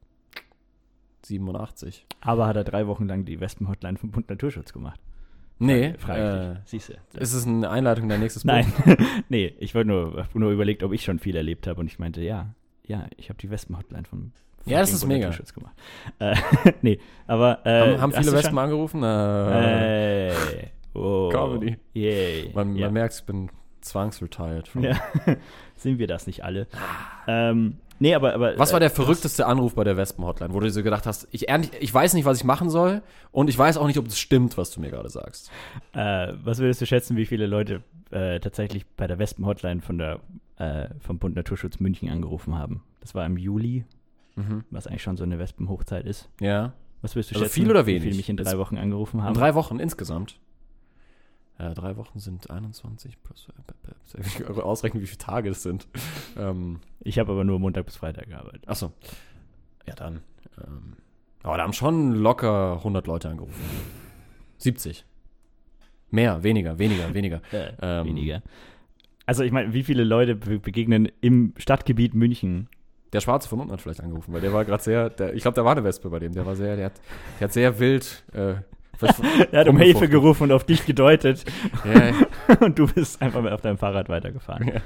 S1: siebenundachtzig.
S2: Aber hat er drei Wochen lang die Wespen-Hotline vom Bund Naturschutz gemacht?
S1: Nee.
S2: Frage
S1: Äh,
S2: Siehst du.
S1: ist es eine Einleitung in dein nächstes Buch?
S2: Nein, nee, ich wollte nur, hab nur überlegt, ob ich schon viel erlebt habe und ich meinte, ja, ja, ich habe die Wespen-Hotline vom
S1: Ja, das ist
S2: Bund
S1: mega.
S2: Naturschutz gemacht. Äh, nee, aber äh,
S1: Haben, haben
S2: hast
S1: viele
S2: du
S1: Wespen
S2: schon-
S1: angerufen? Äh,
S2: Äh, oh.
S1: Comedy.
S2: Yay.
S1: man,
S2: ja.
S1: man merkt, ich bin zwangsretired. Von
S2: Ja. Sind wir das nicht alle? ähm, nee, aber, aber
S1: Was war der
S2: äh,
S1: verrückteste Anruf bei der Wespen-Hotline, wo du so gedacht hast, ich, ehrlich, ich weiß nicht, was ich machen soll und ich weiß auch nicht, ob es stimmt, was du mir gerade sagst.
S2: Äh, was würdest du schätzen, wie viele Leute äh, tatsächlich bei der Wespen-Hotline von der, äh, vom Bund Naturschutz München angerufen haben? Das war im Juli,
S1: Mhm.
S2: was eigentlich schon so eine Wespen-Hochzeit ist.
S1: Ja.
S2: Was würdest du
S1: Also
S2: schätzen,
S1: viel oder
S2: wie
S1: wenig?
S2: viele mich in drei
S1: Ist-
S2: Wochen angerufen haben?
S1: In drei Wochen insgesamt. Ja, drei Wochen sind einundzwanzig plus. Äh, ich kann ausrechnen, wie viele Tage es sind. ähm,
S2: Ich habe aber nur Montag bis Freitag gearbeitet.
S1: achso. Ja, dann. Ähm, aber da haben schon locker hundert Leute angerufen. siebzig. Mehr, weniger, weniger, weniger.
S2: Äh,
S1: Ähm,
S2: weniger. Also ich meine, wie viele Leute be begegnen im Stadtgebiet München?
S1: Der Schwarze von unten hat vielleicht angerufen, weil der war gerade sehr, der, ich glaube, da war eine Wespe bei dem, der war sehr, der hat, der hat sehr wild, äh,
S2: Er hat um Hilfe gerufen und auf dich gedeutet
S1: ja,
S2: und du bist einfach mal auf deinem Fahrrad weitergefahren.
S1: ja.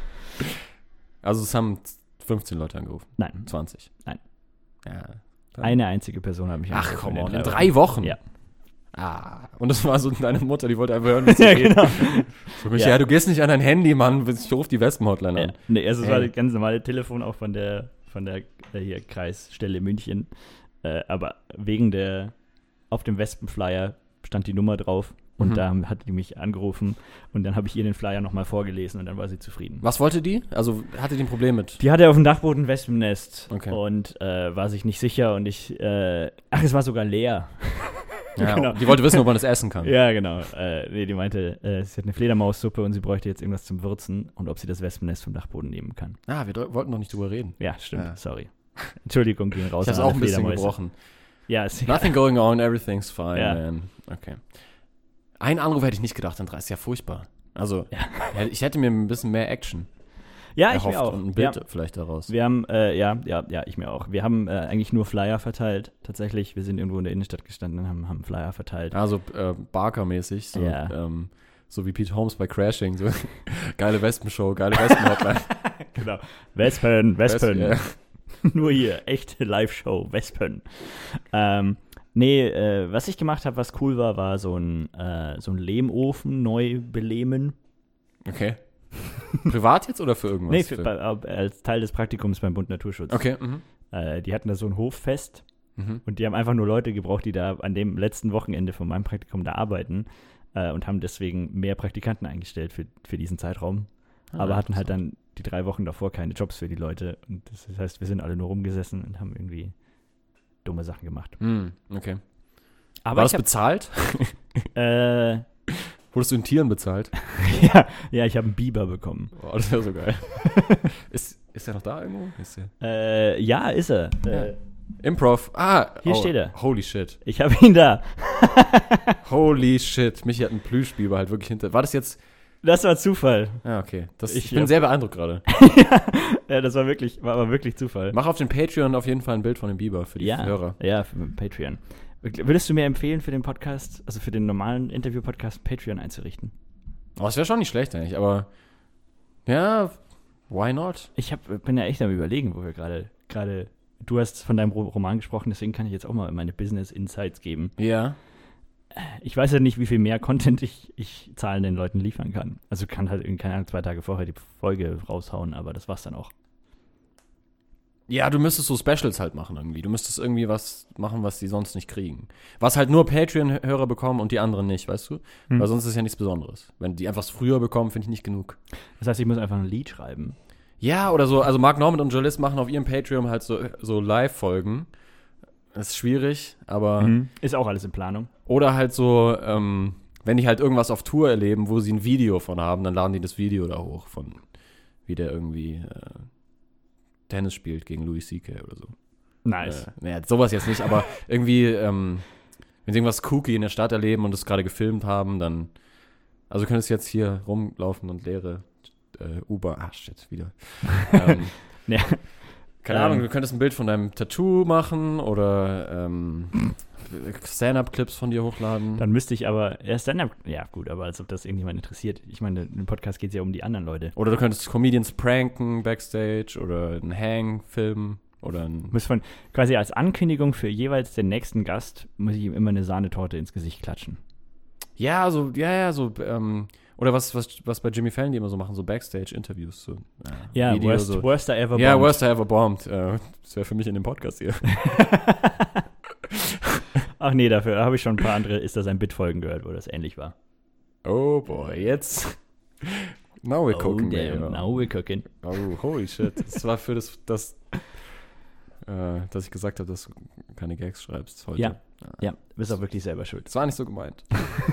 S1: Also es haben fünfzehn Leute angerufen,
S2: Nein,
S1: zwanzig.
S2: Nein.
S1: Ja. Dann-
S2: eine einzige Person hat mich
S1: Ach
S2: angerufen
S1: komm,
S2: in
S1: on,
S2: den
S1: in drei Wochen?
S2: Ja.
S1: Ah, und das war so deine Mutter, die wollte einfach hören, wie sie
S2: Ja,
S1: geht.
S2: genau.
S1: So, ja.
S2: Ja.
S1: ja, du gehst nicht an dein Handy, Mann, ich rufe die Wespen-Hotline
S2: Ja.
S1: an.
S2: Nee, also es
S1: Hey.
S2: war das ganz normale Telefon auch von der von der äh, hier Kreisstelle München. Äh, aber wegen der auf dem Wespenflyer stand die Nummer drauf und
S1: Mhm.
S2: da hat die mich angerufen und dann habe ich ihr den Flyer nochmal vorgelesen und dann war sie zufrieden.
S1: Was wollte die? Also hatte die ein Problem mit?
S2: Die hatte auf dem Dachboden ein Wespennest
S1: Okay.
S2: und äh, war sich nicht sicher und ich, äh, ach, es war sogar leer.
S1: Ja,
S2: genau.
S1: Die wollte wissen, ob man das essen kann.
S2: Ja, genau. Äh, nee, die meinte, äh, sie hat eine Fledermaussuppe und sie bräuchte jetzt irgendwas zum Würzen und ob sie das Wespennest vom Dachboden nehmen kann.
S1: Ah, wir dr- wollten noch nicht drüber reden.
S2: Ja, stimmt,
S1: Ja.
S2: sorry. Entschuldigung, ging raus.
S1: Ich hab's
S2: an
S1: auch
S2: alle
S1: ein bisschen
S2: Fledermäuse.
S1: gebrochen.
S2: Ja, ist egal.
S1: Nothing going on, everything's fine,
S2: Ja.
S1: man. Okay. Ein Anruf hätte ich nicht gedacht, Andrea, ist ja furchtbar. Also,
S2: Ja.
S1: ja, ich hätte mir ein bisschen mehr Action
S2: Ja, ich
S1: erhofft
S2: mir auch.
S1: und ein
S2: Wir,
S1: Bild vielleicht daraus.
S2: wir haben, äh, ja, ja, ja, ich mir auch. Wir haben äh, eigentlich nur Flyer verteilt, tatsächlich. Wir sind irgendwo in der Innenstadt gestanden und haben, haben Flyer verteilt.
S1: Also äh, Barker-mäßig, so,
S2: Ja.
S1: ähm, so wie Pete Holmes bei Crashing, so geile Wespenshow, geile Wespen-Hotline.
S2: Genau. Wespen, Wespen.
S1: Ja.
S2: Nur hier, echte Live-Show, Wespen. Ähm, nee, äh, was ich gemacht habe, was cool war, war so ein, äh, so ein Lehmofen neu belehmen.
S1: Okay. Privat jetzt oder für irgendwas?
S2: Nee, für, bei, äh, als Teil des Praktikums beim Bund Naturschutz.
S1: Okay. Mhm.
S2: Äh, die hatten da so ein Hoffest
S1: Mhm.
S2: und die haben einfach nur Leute gebraucht, die da an dem letzten Wochenende von meinem Praktikum da arbeiten äh, und haben deswegen mehr Praktikanten eingestellt für, für diesen Zeitraum.
S1: Ah,
S2: aber hatten halt dann die drei Wochen davor keine Jobs für die Leute. Und das heißt, wir sind alle nur rumgesessen und haben irgendwie dumme Sachen gemacht.
S1: Mhm. Okay.
S2: Aber
S1: War das
S2: ich
S1: bezahlt?
S2: hab, äh,
S1: Wurdest du in Tieren bezahlt?
S2: ja, ja, ich habe einen Biber bekommen.
S1: Oh, das wäre so geil. ist, ist der noch da irgendwo? Ist der?
S2: Äh, ja, ist er. Äh,
S1: Improv. Ah,
S2: Hier
S1: oh,
S2: steht er.
S1: Holy shit.
S2: ich habe ihn da.
S1: Holy shit. Michi hat einen Plüschbiber halt wirklich hinter. War das jetzt?
S2: Das war Zufall.
S1: Ja, okay. Das,
S2: Ich
S1: ich bin
S2: hab-
S1: sehr beeindruckt gerade.
S2: Ja, das war wirklich, war aber wirklich Zufall.
S1: Mach auf den Patreon auf jeden Fall ein Bild von dem Biber für die
S2: Ja,
S1: Hörer.
S2: ja, für Patreon. Würdest du mir empfehlen, für den Podcast, also für den normalen Interview-Podcast, Patreon einzurichten?
S1: Oh, das wäre schon nicht schlecht eigentlich, aber ja, why not?
S2: Ich hab, bin ja echt am Überlegen, wo wir gerade, gerade, du hast von deinem Ro- Roman gesprochen, deswegen kann ich jetzt auch mal meine Business-Insights geben.
S1: Ja.
S2: Ich weiß ja nicht, wie viel mehr Content ich, ich zahlenden Leuten liefern kann. Also kann halt, in, keine Ahnung, zwei Tage vorher die Folge raushauen, aber das war's dann auch.
S1: Ja, du müsstest so Specials halt machen irgendwie. Du müsstest irgendwie was machen, was die sonst nicht kriegen. Was halt nur Patreon-Hörer bekommen und die anderen nicht, weißt du?
S2: Hm.
S1: Weil sonst ist es ja nichts Besonderes. Wenn die einfach früher bekommen, finde ich nicht genug.
S2: Das heißt, ich muss einfach ein Lied schreiben.
S1: Ja, oder so, also Mark Normand und Jolis machen auf ihrem Patreon halt so, so Live-Folgen. Das ist schwierig, aber
S2: Mhm. Ist auch alles in Planung.
S1: oder halt so, ähm, wenn die halt irgendwas auf Tour erleben, wo sie ein Video von haben, dann laden die das Video da hoch, von wie der irgendwie äh, Tennis spielt gegen Louis C K oder so.
S2: Nice.
S1: Äh, naja, sowas jetzt nicht, aber irgendwie, ähm, wenn sie irgendwas kooky in der Stadt erleben und das gerade gefilmt haben, dann, also könntest du jetzt hier rumlaufen und leere äh, U-Bahn. Ah, shit, wieder. ähm,
S2: Ja.
S1: Keine
S2: Ähm.
S1: Ahnung, du könntest ein Bild von deinem Tattoo machen oder ähm, Stand-Up-Clips von dir hochladen.
S2: Dann müsste ich aber, ja, Stand-Up, ja gut, aber als ob das irgendjemand interessiert. Ich meine, im Podcast geht es ja um die anderen Leute.
S1: Oder du könntest Comedians pranken backstage oder einen Hang filmen oder ein...
S2: Muss von, quasi als Ankündigung für jeweils den nächsten Gast, muss ich ihm immer eine Sahnetorte ins Gesicht klatschen.
S1: Ja, so, ja, ja, so, ähm, oder was, was, was bei Jimmy Fallon die immer so machen, so Backstage-Interviews. So,
S2: Ja,
S1: Video,
S2: worst,
S1: so.
S2: worst I ever
S1: Ja,
S2: bombed.
S1: worst I ever bombed. Äh, das wäre für mich in dem Podcast hier.
S2: Ach nee, dafür habe ich schon ein paar andere Ist das ein Bit-Folgen gehört, wo das ähnlich war.
S1: Oh boy, jetzt. Now we're cooking.
S2: Oh damn,
S1: baby.
S2: now we're cooking.
S1: Oh, holy shit. Das war für das, das äh, dass ich gesagt habe, dass du keine Gags schreibst heute.
S2: Ja. Ja, du bist auch wirklich selber schuld.
S1: Das war nicht so gemeint.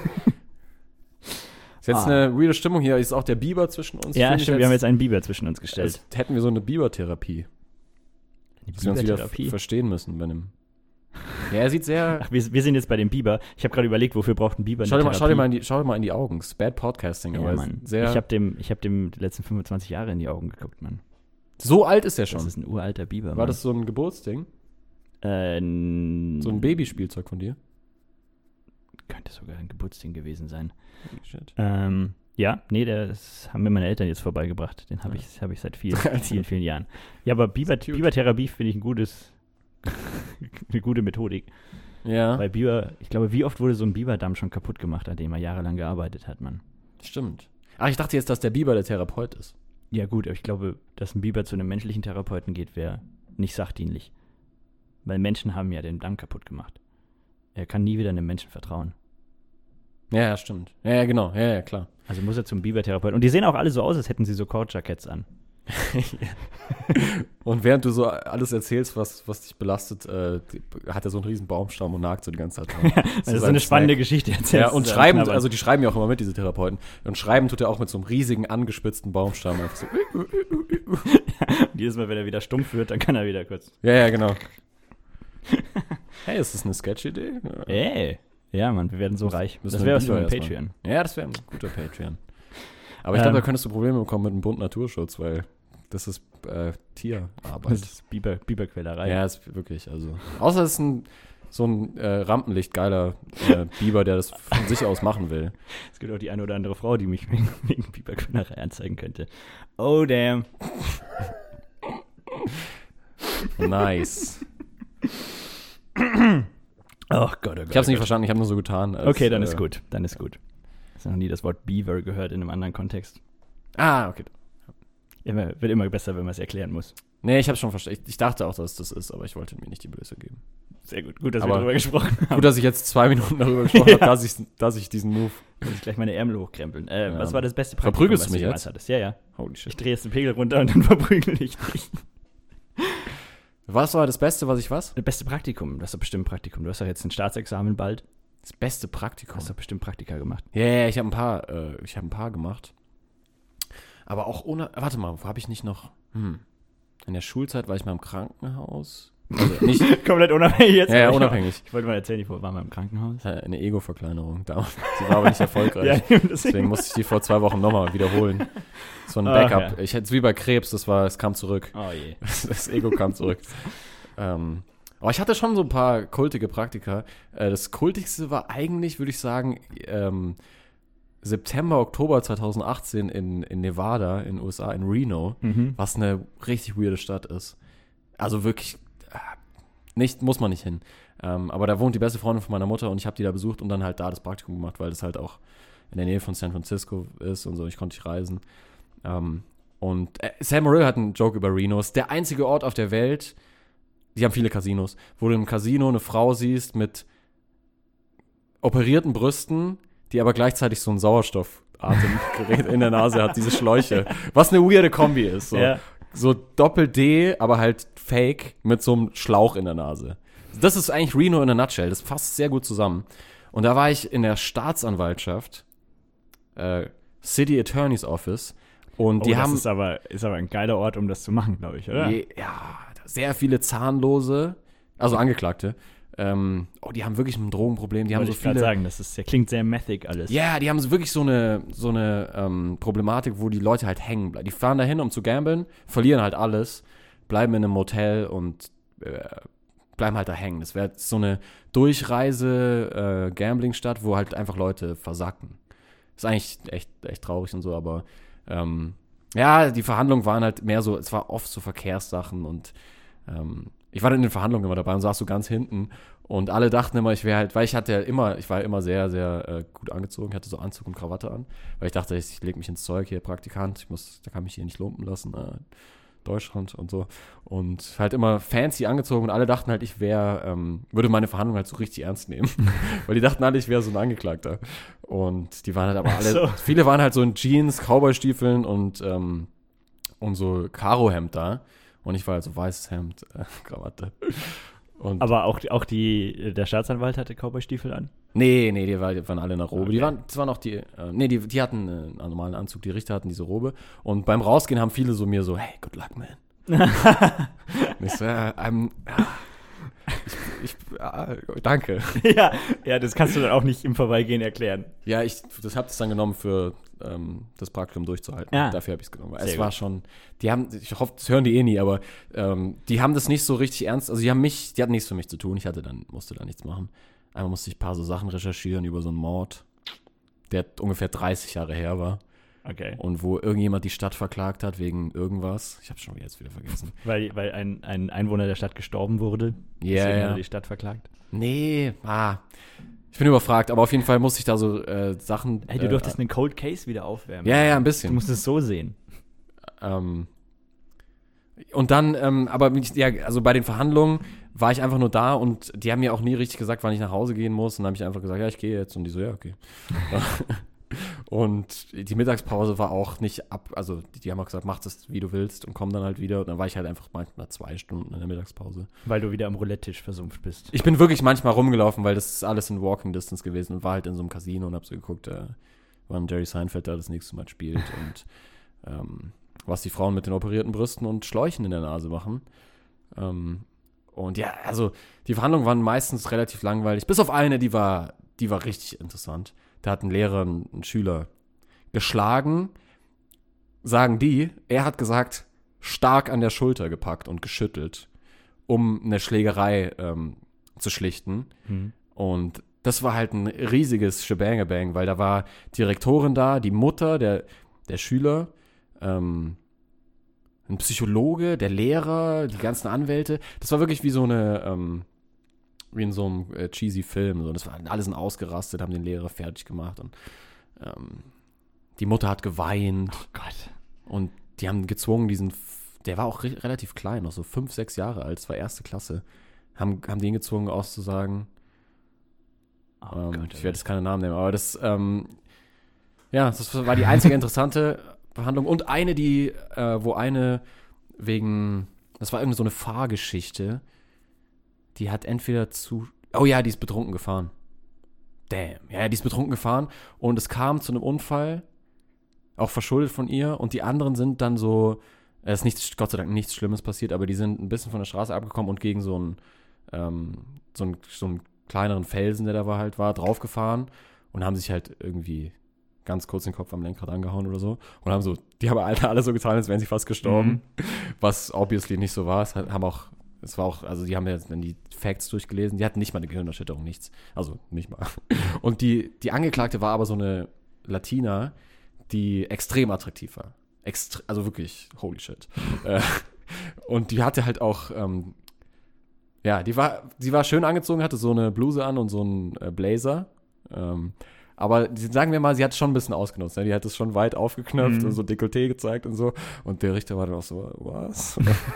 S1: Ist jetzt
S2: Ah.
S1: eine weirde Stimmung hier. Ist auch der Biber zwischen uns.
S2: Ja,
S1: Finde ich
S2: stimmt, wir haben jetzt einen Biber zwischen uns gestellt.
S1: als hätten wir so eine Biber-Therapie.
S2: Die
S1: Dass wir uns wieder
S2: Biber-Therapie.
S1: f- verstehen müssen bei einem. Ja, er sieht sehr.
S2: Ach, wir, wir sind jetzt bei dem Biber. Ich habe gerade überlegt, wofür braucht ein Biber
S1: Schau dir,
S2: eine
S1: mal, schau, dir mal
S2: Therapie?
S1: in die, schau dir mal in die Augen. Es ist Bad Podcasting,
S2: Ja,
S1: aber
S2: Mann.
S1: sehr.
S2: Ich habe dem, ich hab dem die letzten fünfundzwanzig Jahre in die Augen geguckt, Mann.
S1: so alt ist er
S2: Das
S1: schon.
S2: ist ein uralter Biber,
S1: War
S2: Mann.
S1: das so ein Geburtsding?
S2: Äh, n-
S1: So ein Babyspielzeug von dir?
S2: Könnte sogar ein Geburtsding gewesen sein.
S1: Holy shit.
S2: Ähm, ja, nee, das haben mir meine Eltern jetzt vorbeigebracht. Den habe
S1: Ja.
S2: ich, hab ich seit vielen,
S1: Also.
S2: vielen, vielen Jahren. Ja, aber Biber,
S1: cute.
S2: Bibertherapie finde ich ein gutes, eine gute Methodik.
S1: Ja,
S2: Weil Biber, ich glaube, wie oft wurde so ein Biberdamm schon kaputt gemacht, an dem er jahrelang gearbeitet hat, Mann.
S1: stimmt. Ach, ich dachte jetzt, dass der Biber der Therapeut ist.
S2: Ja gut, aber ich glaube, dass ein Biber zu einem menschlichen Therapeuten geht, wäre nicht sachdienlich. Weil Menschen haben ja den Damm kaputt gemacht. Er kann nie wieder einem Menschen vertrauen.
S1: Ja, ja, stimmt. Ja, ja, genau. Ja, ja, klar.
S2: Also muss er zum Bibertherapeuten. Und die sehen auch alle so aus, als hätten sie so Cord-Jackets an.
S1: Und während du so alles erzählst, was, was dich belastet, äh, die, hat er so einen riesen Baumstamm und nagt so die ganze Zeit dran.
S2: Das ist so eine spannende Geschichte erzählst.
S1: Ja, und
S2: du da
S1: schreiben,
S2: knabbern.
S1: also die schreiben ja auch immer mit, diese Therapeuten. Und schreiben tut er auch mit so einem riesigen, angespitzten Baumstamm. Einfach so.
S2: Jedes Mal, wenn er wieder stumpf wird, dann kann er wieder kurz.
S1: Ja, ja, genau. Hey, ist das eine Sketch-Idee? Ja.
S2: Ey. Ja, Mann, wir werden so reich.
S1: müssen
S2: Das
S1: wir
S2: wäre was für
S1: Biber
S2: ein
S1: erstmal.
S2: Patreon.
S1: Ja, das wäre ein guter Patreon. Aber ich glaube,
S2: Ähm.
S1: da könntest du Probleme bekommen mit dem Bund Naturschutz, weil das ist äh, Tierarbeit.
S2: Das ist Biber, Biberquälerei.
S1: Ja, ist wirklich, also. Außer es ist ein, so ein äh, Rampenlicht-geiler äh, Biber, der das von sich aus machen will.
S2: Es gibt auch die eine oder andere Frau, die mich wegen, wegen Biberquälerei anzeigen könnte. Oh, damn.
S1: Nice.
S2: Oh Gott, oh Gott.
S1: Ich habe es
S2: oh
S1: nicht
S2: Gott.
S1: verstanden, ich habe nur so getan. Als,
S2: Okay, dann
S1: äh,
S2: ist gut. Dann ist gut. Ich habe noch nie das Wort Beaver gehört in einem anderen Kontext.
S1: Ah, okay.
S2: Immer, wird immer besser, wenn man es erklären muss.
S1: Nee, ich habe schon verstanden. Ich, ich dachte auch, dass es das ist, aber ich wollte mir nicht die Blöße geben.
S2: Sehr gut. Gut, dass
S1: Aber
S2: wir darüber gesprochen haben.
S1: Gut, dass ich jetzt zwei Minuten darüber gesprochen
S2: Ja.
S1: habe, dass ich, dass ich diesen Move.
S2: Muss ich gleich meine Ärmel hochkrempeln. Äh,
S1: Ja.
S2: Was war das beste
S1: Verprügelst
S2: was
S1: du mich
S2: jemals
S1: jetzt?
S2: hattest? Ja, ja.
S1: Holy
S2: Ich
S1: shit.
S2: drehe jetzt den Pegel runter und dann verprügel ich dich.
S1: Was war das Beste, was ich was?
S2: Das beste Praktikum. Du hast doch bestimmt ein Praktikum. Du hast doch jetzt ein Staatsexamen bald.
S1: Das beste
S2: Du
S1: Praktikum.
S2: hast doch bestimmt Praktika gemacht.
S1: Ja, ja, ich habe ein paar, äh, ich habe ein paar gemacht. Aber auch ohne, warte mal, wo habe ich nicht noch, hm, in der Schulzeit war ich mal im Krankenhaus. Also nicht,
S2: Komplett unabhängig jetzt.
S1: ja, ja,
S2: aber ich-
S1: unabhängig.
S2: Ich wollte mal erzählen, ich war mal im Krankenhaus.
S1: Äh, Eine Ego-Verkleinerung. Da- Die war aber nicht erfolgreich.
S2: Ja, deswegen.
S1: Deswegen musste ich die vor zwei Wochen nochmal wiederholen. So ein
S2: Ah,
S1: Backup.
S2: ja.
S1: Ich hätte es wie bei Krebs, das war, es kam zurück.
S2: Oh je.
S1: Das Ego kam zurück. ähm, aber ich hatte schon so ein paar kultige Praktika. Äh, das kultigste war eigentlich, würde ich sagen, ähm, September, Oktober zwanzig achtzehn in, in Nevada, in den U S A, in Reno,
S2: Mhm.
S1: was eine richtig weirde Stadt ist. Also wirklich, äh, nicht, muss man nicht hin. Ähm, aber da wohnt die beste Freundin von meiner Mutter und ich habe die da besucht und dann halt da das Praktikum gemacht, weil das halt auch in der Nähe von San Francisco ist und so, ich konnte nicht reisen. Ähm, und äh, Sam Morrill hat einen Joke über Reno. Es ist der einzige Ort auf der Welt, die haben viele Casinos, wo du im Casino eine Frau siehst mit operierten Brüsten, die aber gleichzeitig so ein Sauerstoffatemgerät in der Nase hat, diese Schläuche. Was eine weirde Kombi ist. So,
S2: Ja.
S1: so Doppel-D, aber halt fake mit so einem Schlauch in der Nase. Das ist eigentlich Reno in a nutshell. Das fasst sehr gut zusammen. Und da war ich in der Staatsanwaltschaft, äh, City Attorney's Office. Und
S2: Oh,
S1: die
S2: das
S1: haben
S2: ist aber, ist aber ein geiler Ort, um das zu machen, glaube ich, oder?
S1: Je, ja, sehr viele Zahnlose, also Angeklagte. Ähm, oh, die haben wirklich ein Drogenproblem. Die haben
S2: Wollte
S1: so
S2: ich gerade
S1: viele.
S2: sagen, das ist, ja, klingt sehr mathic alles.
S1: Ja, yeah, die haben so wirklich so eine, so eine ähm, Problematik, wo die Leute halt hängen bleiben. Die fahren dahin, um zu gamblen, verlieren halt alles, bleiben in einem Motel und äh, bleiben halt da hängen. Das wäre so eine Durchreise äh, Gambling-Stadt, wo halt einfach Leute versacken. Ist eigentlich echt, echt traurig und so, aber ähm, ja, die Verhandlungen waren halt mehr so, es war oft so Verkehrssachen und ähm, ich war dann in den Verhandlungen immer dabei und saß so ganz hinten und alle dachten immer, ich wäre halt, weil ich hatte ja immer, ich war immer sehr, sehr äh, gut angezogen, ich hatte so Anzug und Krawatte an, weil ich dachte, ich, ich lege mich ins Zeug hier, Praktikant, ich muss, da kann mich hier nicht lumpen lassen, äh, Deutschland und so und halt immer fancy angezogen und alle dachten halt, ich wäre, ähm, würde meine Verhandlung halt so richtig ernst nehmen, weil die dachten alle, ich wäre so ein Angeklagter und die waren halt aber alle,
S2: So.
S1: viele waren halt so in Jeans, Cowboystiefeln und ähm, und so Karohemd da und ich war halt so weißes Hemd, äh, Krawatte. Und
S2: Aber auch, auch die, der Staatsanwalt hatte Cowboystiefel an?
S1: nee, nee, die, war, die waren alle in der Robe.
S2: Okay.
S1: Die waren, das waren auch die, äh, nee, die, die hatten äh, einen normalen Anzug, die Richter hatten diese Robe. Und beim Rausgehen haben viele so mir so, hey, good luck, man. Und ich so, ja, I'm, ja, ich, ich ja, danke.
S2: ja, ja, das kannst du dann auch nicht im Vorbeigehen erklären.
S1: Ja, ich das habe das dann genommen für ähm, das Praktikum durchzuhalten.
S2: Ja.
S1: Dafür habe ich es genommen.
S2: Sehr
S1: Es
S2: gut.
S1: war schon, die haben, ich hoffe, das hören die eh nie, aber ähm, die haben das nicht so richtig ernst, also die haben mich, die hatten nichts für mich zu tun, ich hatte dann, musste da nichts machen. Einmal musste ich ein paar so Sachen recherchieren über so einen Mord, der ungefähr dreißig Jahre her war
S2: Okay.
S1: und wo irgendjemand die Stadt verklagt hat wegen irgendwas. Ich habe schon jetzt wieder vergessen.
S2: Weil, weil ein, ein Einwohner der Stadt gestorben wurde.
S1: Ja,
S2: Deswegen
S1: ja.
S2: wurde die Stadt verklagt.
S1: Nee, ah, ich bin überfragt, aber auf jeden Fall musste ich da so äh, Sachen.
S2: Hey, du
S1: äh,
S2: durftest einen Cold Case wieder aufwärmen.
S1: Ja, ja, ein
S2: Du
S1: bisschen.
S2: musst es so sehen.
S1: Ähm, und dann, ähm, aber mich- ja, also bei den Verhandlungen war ich einfach nur da und die haben mir auch nie richtig gesagt, wann ich nach Hause gehen muss. Und dann habe ich einfach gesagt, ja, ich gehe jetzt. Und die so, ja, okay. Und die Mittagspause war auch nicht ab, also die, die haben auch gesagt, mach das, wie du willst und komm dann halt wieder. Und dann war ich halt einfach manchmal zwei Stunden in der Mittagspause.
S2: Weil du wieder am Roulette-Tisch versumpft bist.
S1: Ich bin wirklich manchmal rumgelaufen, weil das ist alles in Walking Distance gewesen und war halt in so einem Casino und hab so geguckt, äh, wann Jerry Seinfeld da das nächste Mal spielt und ähm, was die Frauen mit den operierten Brüsten und Schläuchen in der Nase machen. Ähm, und ja, also die Verhandlungen waren meistens relativ langweilig, bis auf eine, die war, die war richtig interessant. Da hat ein Lehrer einen, einen Schüler geschlagen, sagen die, er hat gesagt, stark an der Schulter gepackt und geschüttelt, um eine Schlägerei ähm, zu schlichten.
S2: Hm.
S1: Und das war halt ein riesiges Shebang-Bang, weil da war die Rektorin da, die Mutter, der, der Schüler, ähm, ein Psychologe, der Lehrer, die ganzen Anwälte. Das war wirklich wie so eine, ähm, wie in so einem äh, cheesy Film. So. Das war alles sind ausgerastet, haben den Lehrer fertig gemacht und ähm, die Mutter hat geweint.
S2: Oh Gott.
S1: Und die haben gezwungen, diesen, der war auch re- relativ klein, noch so fünf, sechs Jahre alt, das war erste Klasse, haben, haben den gezwungen auszusagen.
S2: Oh
S1: ähm,
S2: Gott,
S1: ich werde jetzt keine Namen nehmen, aber das, ähm, ja, das war die einzige interessante Behandlung. Und eine, die, äh, wo eine wegen, das war irgendwie so eine Fahrgeschichte, die hat entweder zu, oh ja, die ist betrunken gefahren. Damn, ja, die ist betrunken gefahren und es kam zu einem Unfall, auch verschuldet von ihr und die anderen sind dann so, es ist nichts, Gott sei Dank nichts Schlimmes passiert, aber die sind ein bisschen von der Straße abgekommen und gegen so einen, ähm, so einen, so einen kleineren Felsen, der da war halt war, draufgefahren und haben sich halt irgendwie ganz kurz den Kopf am Lenkrad angehauen oder so und haben so, die haben alle, alle so getan, als wären sie fast gestorben,
S2: Mhm.
S1: was obviously nicht so war. Es haben auch, es war auch, also die haben ja dann die Facts durchgelesen, die hatten nicht mal eine Gehirnerschütterung, nichts, also nicht mal. Und die, die Angeklagte war aber so eine Latina, die extrem attraktiv war. Extre- also wirklich, holy shit. Äh, und die hatte halt auch, ähm, ja, die war, die war schön angezogen, hatte so eine Bluse an und so einen äh, Blazer. Ähm, aber die, sagen wir mal, sie hat es schon ein bisschen ausgenutzt. Ne? Die hat es schon weit aufgeknöpft
S2: Mhm.
S1: und so Dekolleté gezeigt und so. Und der Richter war dann auch so, was?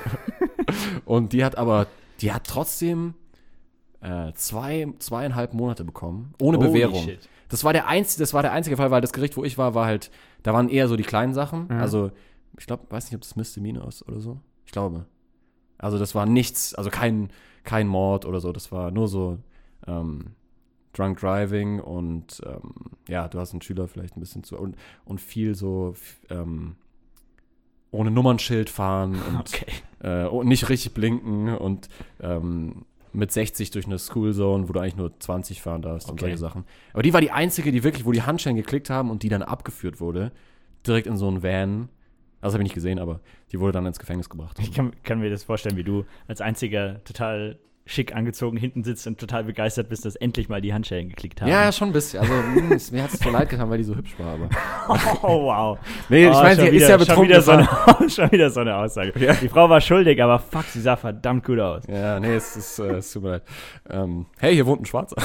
S1: Und die hat aber, die hat trotzdem äh, zwei, zweieinhalb Monate bekommen, ohne
S2: Holy
S1: Bewährung.
S2: shit.
S1: Das war der einzige, das war der einzige Fall, weil das Gericht, wo ich war, war halt, da waren eher so die kleinen Sachen.
S2: Mhm.
S1: Also, ich glaube, weiß nicht, ob das Misdemeanor ist oder so. Ich glaube. Also, das war nichts, also kein, kein Mord oder so. Das war nur so ähm, Drunk Driving und ähm, ja, du hast einen Schüler vielleicht ein bisschen zu und, und viel so f- ähm, ohne Nummernschild fahren und
S2: Okay.
S1: äh, und nicht richtig blinken und ähm, mit sechzig durch eine Schoolzone, wo du eigentlich nur zwanzig fahren darfst und
S2: Okay.
S1: solche Sachen. Aber die war die einzige, die wirklich, wo die Handschellen geklickt haben und die dann abgeführt wurde, direkt in so einen Van. Das habe ich nicht gesehen, aber die wurde dann ins Gefängnis gebracht.
S2: Ich kann, kann mir das vorstellen, wie du als einziger total schick angezogen hinten sitzt und total begeistert bist, dass endlich mal die Handschellen geklickt haben.
S1: Ja, ja, schon ein bisschen. Also mh, es- mir hat es so leid getan, weil die so hübsch war, aber.
S2: Oh, wow.
S1: Nee, ich
S2: Oh,
S1: meine,
S2: schon
S1: sie ist
S2: wieder-
S1: ja
S2: schon
S1: betrunken.
S2: wieder, so
S1: das
S2: eine, schon wieder so eine Aussage.
S1: Ja.
S2: Die Frau war schuldig, aber fuck, sie sah verdammt gut aus.
S1: war- Ja, nee, es ist, äh, es tut mir leid. Ähm, hey, hier wohnt ein Schwarzer.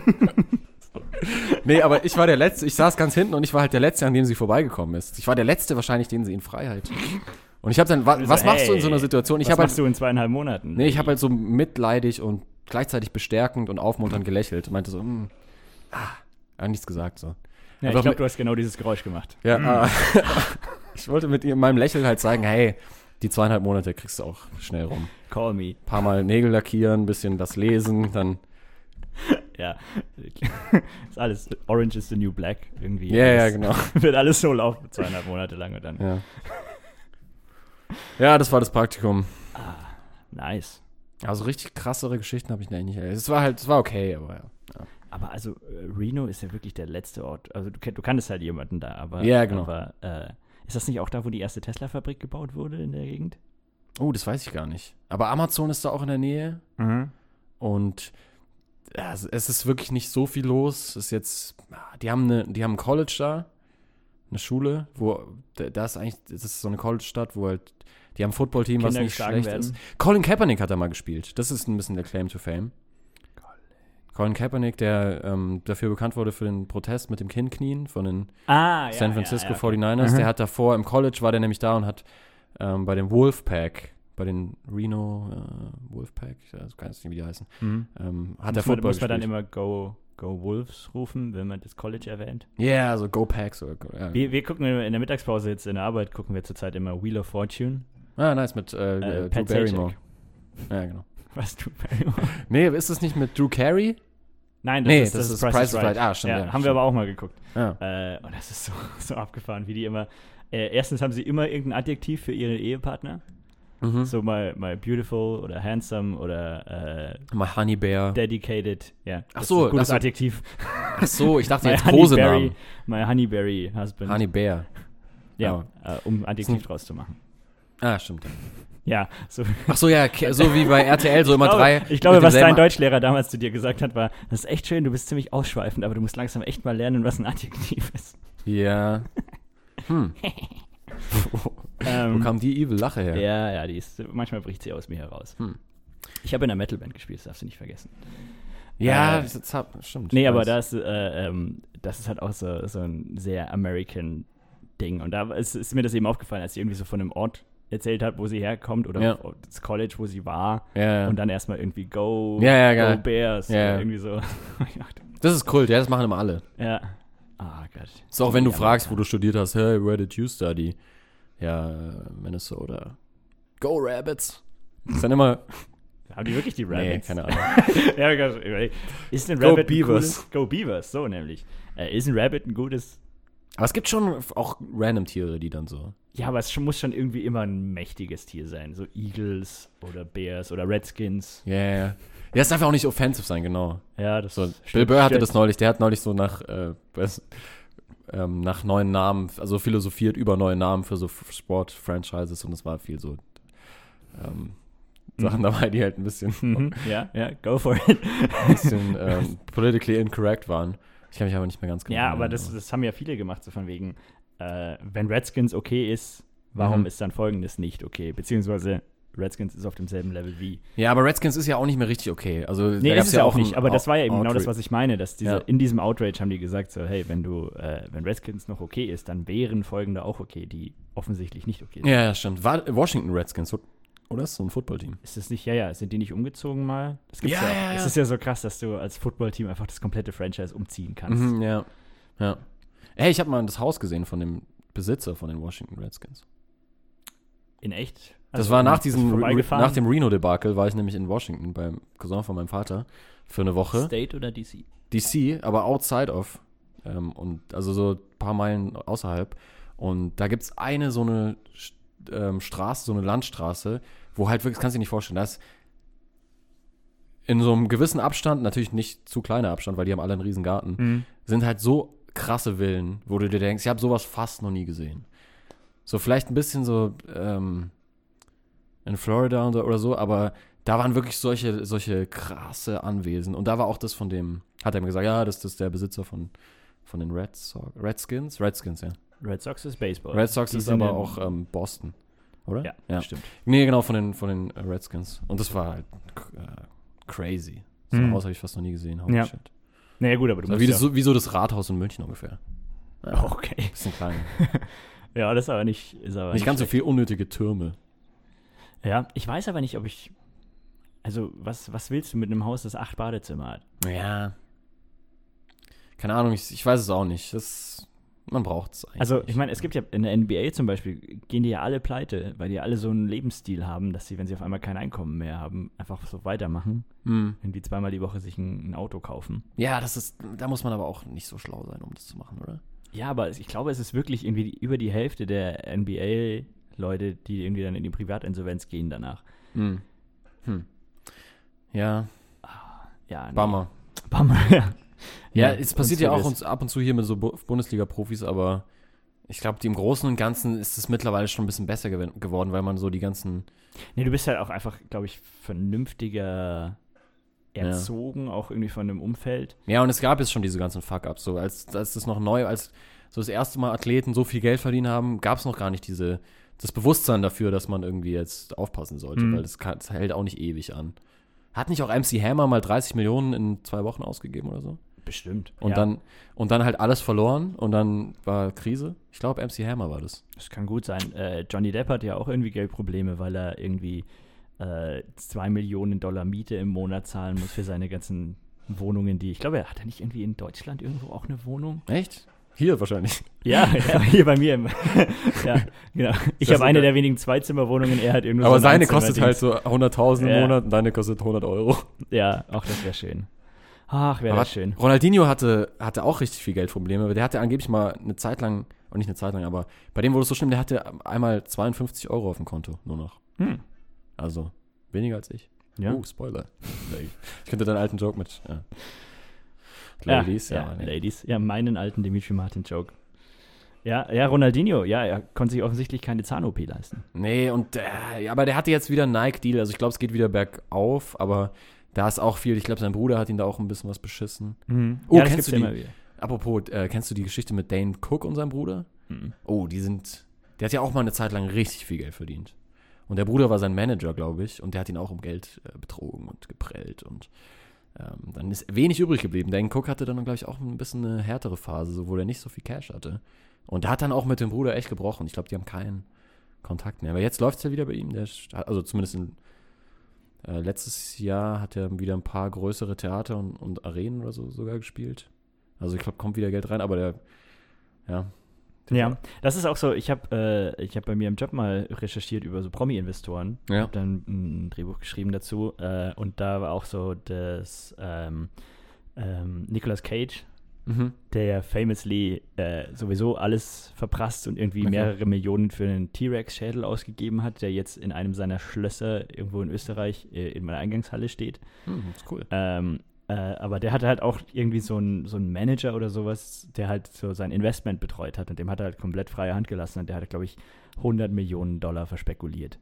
S1: Nee, aber ich war der Letzte, ich saß ganz hinten und ich war halt der Letzte, an dem sie vorbeigekommen ist. Ich war der Letzte wahrscheinlich, den sie in Freiheit. Und ich habe dann, wa,
S2: Also,
S1: was machst du in
S2: hey,
S1: so einer Situation? Ich
S2: Was
S1: habe
S2: machst
S1: halt,
S2: du in zweieinhalb Monaten?
S1: nee, ich habe halt so mitleidig und gleichzeitig bestärkend und aufmunternd gelächelt und meinte so, hm, ah, aber nichts gesagt so.
S2: ja, ich
S1: einfach
S2: glaube,
S1: mit-
S2: du hast genau dieses Geräusch gemacht.
S1: Ja, ah, ich wollte mit ihr, meinem Lächeln halt sagen, hey, die zweieinhalb Monate kriegst du auch schnell rum.
S2: Call me.
S1: Ein paar Mal Nägel lackieren, ein bisschen das lesen, dann,
S2: Ja. Ist alles Orange is the new black irgendwie.
S1: ja, ja,
S2: Alles-
S1: genau.
S2: Wird alles so laufen, zweieinhalb Monate lang und dann.
S1: Ja. Ja, das war das Praktikum.
S2: Nice.
S1: Also richtig krassere Geschichten habe ich eigentlich nicht. Es war halt, es war okay, aber ja. ja.
S2: Aber also äh, Reno ist ja wirklich der letzte Ort. Also du, kenn- du kanntest halt jemanden da, aber.
S1: Ja, genau.
S2: Aber äh, ist das nicht auch da, wo die erste Tesla-Fabrik gebaut wurde in der Gegend?
S1: Oh, das weiß ich gar nicht. Aber Amazon ist da auch in der Nähe
S2: Mhm.
S1: und ja, es, es ist wirklich nicht so viel los. Es ist jetzt, die haben eine, die haben ein College da, eine Schule, wo da ist eigentlich, das ist so eine College-Stadt, wo halt, die haben ein Footballteam, was
S2: Kinder
S1: nicht
S2: geschlagen
S1: schlecht
S2: werden.
S1: ist. Colin Kaepernick hat da mal gespielt. Das ist ein bisschen der Claim to Fame. Colin Kaepernick, der ähm, dafür bekannt wurde für den Protest mit dem Kinnknien von den
S2: Ah, ja.
S1: San Francisco
S2: ja, ja, okay.
S1: forty-niners,
S2: Mhm.
S1: der hat davor im College, war der nämlich da und hat ähm, bei dem Wolfpack, bei den Reno äh, Wolfpack, ich weiß gar nicht, wie die heißen,
S2: Mhm.
S1: ähm, hat der
S2: Muss man,
S1: Football
S2: muss man dann
S1: gespielt.
S2: immer Go, Go Wolves rufen, wenn man das College erwähnt?
S1: Ja, yeah, so Go Packs oder Go, ja.
S2: Wir, wir gucken in der Mittagspause jetzt in der Arbeit, gucken wir zurzeit immer Wheel of Fortune.
S1: Ah, nice, mit äh,
S2: Äh,
S1: äh, Drew
S2: Pat
S1: Barrymore.
S2: Sajak.
S1: Ja, genau.
S2: Was du Barrymore?
S1: Nee, ist das nicht mit Drew Carey?
S2: Nein,
S1: Nee,
S2: das, ist, das, ist Price is Right.
S1: Ah, stimmt,
S2: Ja,
S1: ja,
S2: haben
S1: stimmt.
S2: wir aber auch mal geguckt.
S1: Ja.
S2: Äh, und das ist so, so abgefahren, wie die immer. Äh, erstens haben sie immer irgendein Adjektiv für ihre Ehepartner.
S1: Mhm.
S2: So mal, mal beautiful oder handsome oder äh,
S1: My Honey Bear.
S2: dedicated. Ja,
S1: Ach
S2: das
S1: so,
S2: ist ein gutes
S1: ach so.
S2: Adjektiv.
S1: Ach so, ich dachte
S2: My
S1: jetzt große
S2: Honeyberry,
S1: Namen.
S2: my Honeyberry Husband.
S1: Honey Bear.
S2: Ja, äh, um Adjektiv
S1: Ist ein-
S2: draus zu machen.
S1: Ah, stimmt. ja.
S2: Ja, so.
S1: Ach so, ja, ke- so wie bei R T L, so immer
S2: ich glaube,
S1: drei.
S2: Ich glaube,
S1: mit
S2: was dein
S1: demselben-
S2: Deutschlehrer damals zu dir gesagt hat, war, das ist echt schön, du bist ziemlich ausschweifend, aber du musst langsam echt mal lernen, was ein Adjektiv ist.
S1: Ja. Hm. Wo
S2: Ähm,
S1: kam die evil Lache her?
S2: ja, ja, die ist, manchmal bricht sie aus mir heraus.
S1: Hm.
S2: Ich habe in einer Metalband gespielt, das darfst du nicht vergessen.
S1: Ja,
S2: Äh,
S1: das ist, hab- stimmt.
S2: Nee,
S1: ich
S2: aber
S1: weiß.
S2: das, äh, ähm, das ist halt auch so, so ein sehr American-Ding. Und da ist, ist mir das eben aufgefallen, als sie irgendwie so von einem Ort erzählt hat, wo sie herkommt oder
S1: Ja.
S2: das College, wo sie war.
S1: Ja, ja.
S2: Und dann erstmal irgendwie Go,
S1: Ja, ja, geil.
S2: Go Bears.
S1: Ja,
S2: oder
S1: ja.
S2: irgendwie so. Ich dachte,
S1: Das ist Kult, ja, das machen immer alle.
S2: ja. Ah, Gott.
S1: Ist auch, wenn du
S2: Ja,
S1: fragst, wo
S2: aber-
S1: du studiert hast, hey, where did you study? Ja, Minnesota. Go Rabbits. Ist dann immer,
S2: Haben die wirklich die
S1: nee,
S2: Rabbits?
S1: keine Ahnung.
S2: Ja, Gott, überleg. Ist ein
S1: Go
S2: Rabbit ein
S1: Beavers.
S2: Gutes, Go Beavers, so nämlich. Äh, ist ein Rabbit ein gutes.
S1: Aber es gibt schon auch random Tiere, die dann so.
S2: Ja, aber es schon- muss schon irgendwie immer ein mächtiges Tier sein. So Eagles oder Bears oder Redskins.
S1: Ja, ja, ja. Ja, es darf ja auch nicht offensive sein, genau.
S2: Ja, das
S1: So, Bill
S2: stimmt-
S1: Burr hatte
S2: stimmt.
S1: das neulich, der hat neulich so nach, äh, was, ähm, nach neuen Namen, also philosophiert über neue Namen für so F- Sport-Franchises und es war viel so ähm, Sachen dabei, die halt ein bisschen,
S2: Mhm. Ja, ja, go for it.
S1: ein bisschen ähm, politically incorrect waren. Ich kann mich aber nicht mehr ganz genau
S2: Ja, aber
S1: erinnern,
S2: das, das haben ja viele gemacht, so von wegen, äh, wenn Redskins okay ist, warum
S1: Mhm.
S2: ist dann Folgendes nicht okay? Beziehungsweise Redskins ist auf demselben Level wie.
S1: Ja, aber Redskins ist ja auch nicht mehr richtig okay. Also,
S2: Nee,
S1: da
S2: ist
S1: gab's
S2: es ja auch
S1: einen
S2: nicht, aber das war ja eben genau das,
S1: Outrage.
S2: was ich meine, dass diese,
S1: Ja.
S2: in diesem Outrage haben die gesagt, so, hey, wenn du, äh, wenn Redskins noch okay ist, dann wären folgende auch okay, die offensichtlich nicht okay sind.
S1: Ja, ja, stimmt. War Washington Redskins, oder? Ist so ein Footballteam.
S2: Ist das nicht, ja, ja, sind die nicht umgezogen mal? Das gibt's
S1: Ja,
S2: ja,
S1: ja,
S2: auch.
S1: ja.
S2: Es ist ja so krass, dass du als Footballteam einfach das komplette Franchise umziehen kannst.
S1: Mhm, ja. Ja. Hey, ich habe mal das Haus gesehen von dem Besitzer von den Washington Redskins.
S2: In echt?
S1: Das
S2: Also,
S1: war nach
S2: bist du
S1: diesem, Re
S2: vorbeigefahren?
S1: nach dem Reno-Debakel war ich nämlich in Washington beim Cousin von meinem Vater für eine Woche.
S2: State oder D C?
S1: D C, aber outside of. Ähm, und also so ein paar Meilen außerhalb. Und da gibt es eine so eine St- ähm, Straße, so eine Landstraße, wo halt wirklich, das kannst du dir nicht vorstellen, da ist in so einem gewissen Abstand, natürlich nicht zu kleiner Abstand, weil die haben alle einen riesen Garten,
S2: Mhm.
S1: sind halt so krasse Villen, wo du dir denkst, ich habe sowas fast noch nie gesehen. So vielleicht ein bisschen so ähm, in Florida oder, oder so, aber da waren wirklich solche, solche krasse Anwesen. Und da war auch das von dem, hat er mir gesagt, ja, das, das ist der Besitzer von, von den Red Sox, Redskins? Redskins, ja.
S2: Red Sox ist Baseball.
S1: Red Sox
S2: Die
S1: ist
S2: sind
S1: aber
S2: in-
S1: auch ähm, Boston, oder?
S2: Ja,
S1: ja,
S2: stimmt.
S1: Nee, genau, von den, von den äh, Redskins. Und das war halt äh, crazy. So ein
S2: Mhm.
S1: Haus habe ich fast noch nie gesehen. Holy
S2: Ja.
S1: shit.
S2: Naja, gut, aber du
S1: So,
S2: musst
S1: wie,
S2: ja...
S1: das, so, wie so das Rathaus in München ungefähr. Ja,
S2: Okay.
S1: bisschen klein.
S2: Ja, das ist aber nicht... Ist aber
S1: Nicht ganz so
S2: schlecht.
S1: viel unnötige Türme.
S2: Ja, ich weiß aber nicht, ob ich... Also, was, was willst du mit einem Haus, das acht Badezimmer hat?
S1: Ja. Keine Ahnung, ich, ich weiß es auch nicht. Das, man braucht es eigentlich.
S2: Also,
S1: nicht.
S2: ich meine, es gibt ja in der N B A zum Beispiel, gehen die ja alle pleite, weil die alle so einen Lebensstil haben, dass sie, wenn sie auf einmal kein Einkommen mehr haben, einfach so weitermachen.
S1: Hm.
S2: Irgendwie zweimal die Woche sich ein, ein Auto kaufen.
S1: Ja, das ist, da muss man aber auch nicht so schlau sein, um das zu machen, oder?
S2: Ja, aber es- ich glaube, es ist wirklich irgendwie die, über die Hälfte der N B A-Leute, die irgendwie dann in die Privatinsolvenz gehen danach.
S1: Hm. Hm. Ja,
S2: Ja, nee.
S1: Bummer.
S2: Bummer, ja.
S1: Ja, es passiert
S2: und
S1: ja auch
S2: so
S1: uns ab und zu hier mit so Bu- Bundesliga-Profis, aber ich glaube, im Großen und Ganzen ist es mittlerweile schon ein bisschen besser gew- geworden, weil man so die ganzen.
S2: Nee, du bist halt auch einfach, glaube ich, vernünftiger erzogen, auch irgendwie von dem Umfeld.
S1: Ja, und es gab jetzt schon diese ganzen Fuck-Ups. So, als, als das noch neu, als so das erste Mal Athleten so viel Geld verdient haben, gab es noch gar nicht diese, das Bewusstsein dafür, dass man irgendwie jetzt aufpassen sollte,
S2: Mhm.
S1: weil das, kann, das hält auch nicht ewig an. Hat nicht auch M C Hammer mal dreißig Millionen in zwei Wochen ausgegeben oder so?
S2: Bestimmt.
S1: Und,
S2: ja,
S1: dann, und dann halt alles verloren und dann war Krise. Ich glaube, M C Hammer war das.
S2: das kann gut sein. Äh, Johnny Depp hat ja auch irgendwie Geldprobleme, weil er irgendwie äh, zwei Millionen Dollar Miete im Monat zahlen muss für seine ganzen Wohnungen, die, ich glaube, er hat er nicht irgendwie in Deutschland irgendwo auch eine Wohnung?
S1: Echt? Hier wahrscheinlich.
S2: Ja, ja hier bei mir. Im, ja, genau. Ich
S1: Das
S2: habe
S1: ist
S2: eine
S1: okay.
S2: der wenigen Zweizimmerwohnungen, er hat irgendwo
S1: Aber
S2: so ein
S1: seine kostet
S2: Einzimmerdings.
S1: halt so hunderttausend im
S2: Ja.
S1: Monat und deine kostet hundert Euro.
S2: Ja, auch das wäre schön. Ach, wäre
S1: Aber
S2: das schön.
S1: Ronaldinho hatte, hatte auch richtig viel Geldprobleme. aber Der hatte angeblich mal eine Zeit lang, und nicht eine Zeit lang, aber bei dem wurde es so schlimm, der hatte einmal zweiundfünfzig Euro auf dem Konto, nur noch.
S2: Hm.
S1: Also weniger als ich.
S2: Ja.
S1: Oh, Spoiler. Ich könnte deinen alten Joke mit. Ja.
S2: Ja,
S1: Ladies, ja.
S2: ja,
S1: nee.
S2: Ladies. Ja, meinen alten Dimitri Martin Joke. Ja, ja, Ronaldinho, ja, er konnte sich offensichtlich keine Zahn-O P leisten.
S1: Nee, und äh, aber der hatte jetzt wieder einen Nike-Deal. Also ich glaube, es geht wieder bergauf, aber da ist auch viel. Ich glaube, sein Bruder hat ihn da auch ein bisschen was beschissen.
S2: Mhm.
S1: Oh,
S2: ja, das
S1: kennst
S2: gibt's
S1: du
S2: ja
S1: die?
S2: immer wieder.
S1: Apropos, äh, kennst du die Geschichte mit Dane Cook und seinem Bruder?
S2: Mhm.
S1: Oh, die sind. Der hat ja auch mal eine Zeit lang richtig viel Geld verdient. Und der Bruder war sein Manager, glaube ich, und der hat ihn auch um Geld äh, betrogen und geprellt. Und ähm, dann ist wenig übrig geblieben. Dane Cook hatte dann, glaube ich, auch ein bisschen eine härtere Phase, so, wo der nicht so viel Cash hatte. Und der hat dann auch mit dem Bruder echt gebrochen. Ich glaube, die haben keinen Kontakt mehr. Aber jetzt läuft es ja wieder bei ihm. Der, also zumindest in, äh, letztes Jahr hat er wieder ein paar größere Theater und, und Arenen oder so sogar gespielt. Also ich glaube, kommt wieder Geld rein, aber der, ja.
S2: Ja, das ist auch so, ich habe äh, ich hab bei mir im Job mal recherchiert über so Promi-Investoren. Ich
S1: Ja.
S2: habe dann ein Drehbuch geschrieben dazu äh, und da war auch so das ähm, ähm, Nicolas Cage,
S1: Mhm.
S2: der ja famously äh, sowieso alles verprasst und irgendwie
S1: Okay.
S2: mehrere Millionen für einen T-Rex-Schädel ausgegeben hat, der jetzt in einem seiner Schlösser irgendwo in Österreich äh, in meiner Eingangshalle steht.
S1: Hm, ist cool.
S2: Ähm, äh, aber der hatte halt auch irgendwie so einen so einen Manager oder sowas, der halt so sein Investment betreut hat und dem hat er halt komplett freie Hand gelassen und der hat, glaube ich, hundert Millionen Dollar verspekuliert.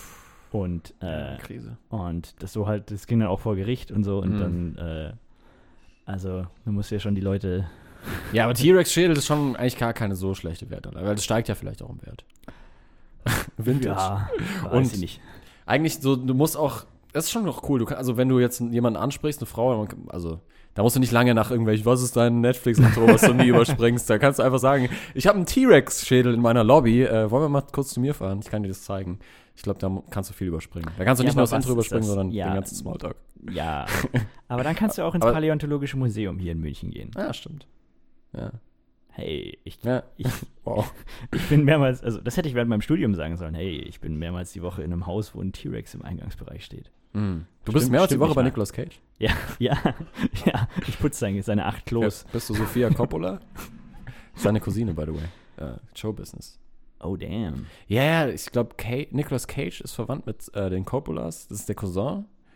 S2: Und, äh,
S1: Krise.
S2: und das so halt, das ging dann auch vor Gericht und so und
S1: Mhm.
S2: dann, äh, also, du musst ja schon die Leute.
S1: Ja, aber T-Rex-Schädel ist schon eigentlich gar keine so schlechte Wertanlage, weil das steigt ja vielleicht auch im Wert. Vintage.
S2: Ja, weiß
S1: Und-
S2: ich nicht.
S1: Eigentlich so, du musst auch, das ist schon noch cool, du kann, also wenn du jetzt jemanden ansprichst, eine Frau, also da musst du nicht lange nach irgendwelchen, was ist dein Netflix-Intro, was du nie überspringst, da kannst du einfach sagen, ich habe einen T-Rex-Schädel in meiner Lobby, äh, wollen wir mal kurz zu mir fahren, ich kann dir das zeigen. Ich glaube, da kannst du viel überspringen. Da kannst du
S2: Ja,
S1: nicht nur
S2: aber
S1: das Intro
S2: was ist
S1: überspringen,
S2: das?
S1: sondern
S2: Ja.
S1: den ganzen Smalltalk.
S2: Ja, aber dann kannst du auch ins
S1: Aber-
S2: Paläontologische Museum hier in München gehen.
S1: Ja, stimmt. Ja.
S2: Hey, ich,
S1: Ja.
S2: ich,
S1: Wow.
S2: ich bin mehrmals, also das hätte ich während meinem Studium sagen sollen, hey, ich bin mehrmals die Woche in einem Haus, wo ein T-Rex im Eingangsbereich steht.
S1: Mhm. Du
S2: Stimmt-
S1: bist mehrmals die
S2: stimmt
S1: Woche
S2: nicht
S1: bei
S2: mal.
S1: Nicolas Cage.
S2: Ja, ja, ja, ich putze seine, seine acht Klos.
S1: Bist du Sophia Coppola? Seine Cousine, by the way. Uh, Showbusiness.
S2: Oh, damn.
S1: Ja, ja, ich glaube, Nicolas Cage ist verwandt mit äh, den Coppolas. Das ist der Cousin.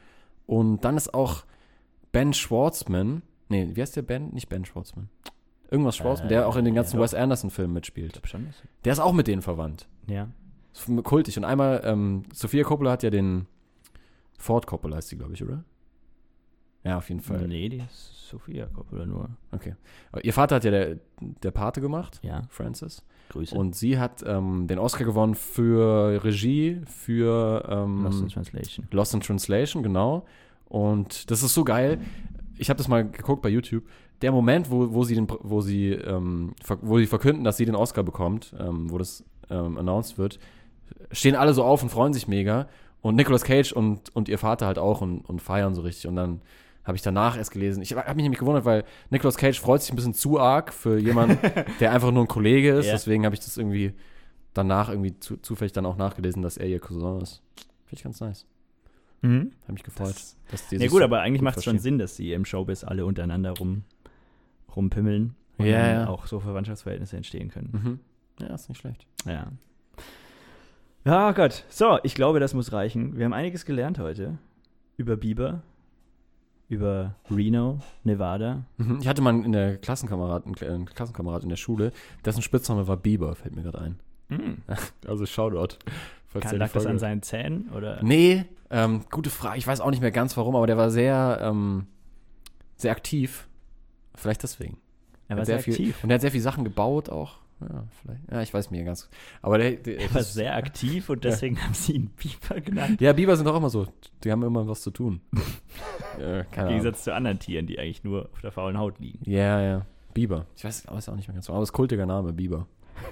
S1: Und dann ist auch Ben Schwartzman, nee, wie heißt der Ben? Nicht Ben Schwartzman. Irgendwas Schwartzman, äh, der auch in den ganzen ja, Wes Anderson-Filmen mitspielt. Ich schon. Der ist auch mit denen verwandt.
S2: Ja.
S1: Kultig. Und einmal, ähm, Sofia Coppola hat ja den Ford Coppola, heißt die, glaube ich, oder? Ja, auf jeden Fall.
S2: Nee, die ist Sofia Coppola nur.
S1: Okay. Aber ihr Vater hat ja der, der Pate gemacht,
S2: ja.
S1: Francis.
S2: Grüße.
S1: Und sie hat ähm, den Oscar gewonnen für Regie, für ähm,
S2: Lost in Translation.
S1: Lost in Translation, genau. Und das ist so geil. Ich habe das mal geguckt bei YouTube. Der Moment, wo, wo sie, den, wo, sie, ähm, wo sie verkünden, dass sie den Oscar bekommt, ähm, wo das ähm, announced wird, stehen alle so auf und freuen sich mega. Und Nicolas Cage und, und ihr Vater halt auch und, und feiern so richtig. Und dann habe ich danach erst gelesen. Ich habe mich nämlich gewundert, weil Nicolas Cage freut sich ein bisschen zu arg für jemanden, der einfach nur ein Kollege ist. Ja. Deswegen habe ich das irgendwie danach irgendwie zu, zufällig dann auch nachgelesen, dass er ihr Cousin ist. Finde ich ganz nice.
S2: Mhm.
S1: Habe mich gefreut.
S2: Das,
S1: dass die
S2: ja gut, so aber eigentlich macht es schon Sinn, dass sie im Showbiz alle untereinander rum, rumpimmeln und
S1: ja,
S2: dann
S1: ja.
S2: auch so Verwandtschaftsverhältnisse entstehen können.
S1: Mhm. Ja, ist nicht schlecht.
S2: Ja. Ja, Gott. So, ich glaube, das muss reichen. Wir haben einiges gelernt heute über Bieber, über Reno, Nevada.
S1: Mhm. Ich hatte mal in der Klassenkamerad, einen Klassenkamerad in der Schule, dessen Spitzname war Bieber, fällt mir gerade ein.
S2: Mhm.
S1: Also Shoutout.
S2: Kann, lag das an seinen Zähnen? Oder?
S1: Nee, ähm, gute Frage. Ich weiß auch nicht mehr ganz warum, aber der war sehr, ähm, sehr aktiv. Vielleicht deswegen.
S2: Er war sehr, sehr aktiv.
S1: Viel, und er hat sehr viele Sachen gebaut auch. Ja, vielleicht. Ja, ich weiß mir ganz. Aber der, der
S2: er war sehr aktiv und deswegen ja. haben sie ihn Biber genannt.
S1: Ja, Biber sind auch immer so. Die haben immer was zu tun. ja,
S2: Im Gegensatz zu anderen Tieren, die eigentlich nur auf der faulen Haut liegen.
S1: Ja, ja. Biber. Ich weiß, weiß auch nicht mehr ganz. Aber es ist ein kultiger Name, Biber.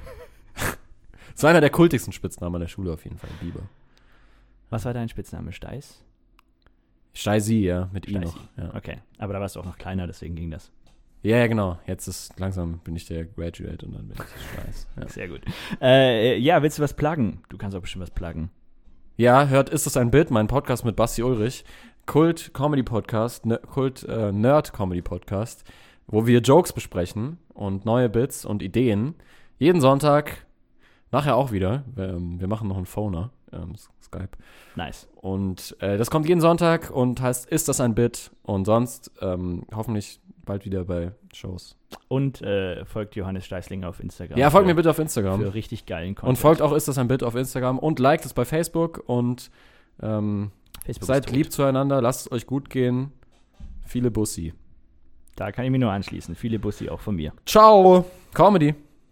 S1: Das war einer der kultigsten Spitznamen an der Schule auf jeden Fall, Biber.
S2: Was war dein Spitzname? Steiß?
S1: Steisi, ja, mit
S2: Steisi.
S1: I noch. Ja.
S2: Okay, aber da warst du auch noch kleiner, deswegen ging das.
S1: Ja, ja, genau. Jetzt ist langsam bin ich der Graduate und dann bin ich Scheiß. Ja.
S2: Sehr gut. Äh, ja, willst du was pluggen? Du kannst auch bestimmt was pluggen.
S1: Ja, hört Ist das ein Bild? Mein Podcast mit Basti Ulrich. Kult-Comedy-Podcast, ne, Kult-Nerd-Comedy-Podcast, wo wir Jokes besprechen und neue Bits und Ideen. Jeden Sonntag, nachher auch wieder. Wir, wir machen noch einen Phoner, ähm, Skype.
S2: Nice.
S1: Und äh, das kommt jeden Sonntag und heißt Ist das ein Bit? Und sonst ähm, hoffentlich bald wieder bei Shows.
S2: Und äh, folgt Johannes Steißlinger auf Instagram.
S1: Ja, folgt mir bitte auf Instagram.
S2: Für richtig geilen Content.
S1: Und folgt auch Ist das ein Bit auf Instagram und liked es bei Facebook und ähm, Facebook seid lieb zueinander, lasst es euch gut gehen. Viele Bussi.
S2: Da kann ich mich nur anschließen. Viele Bussi auch von mir.
S1: Ciao. Comedy.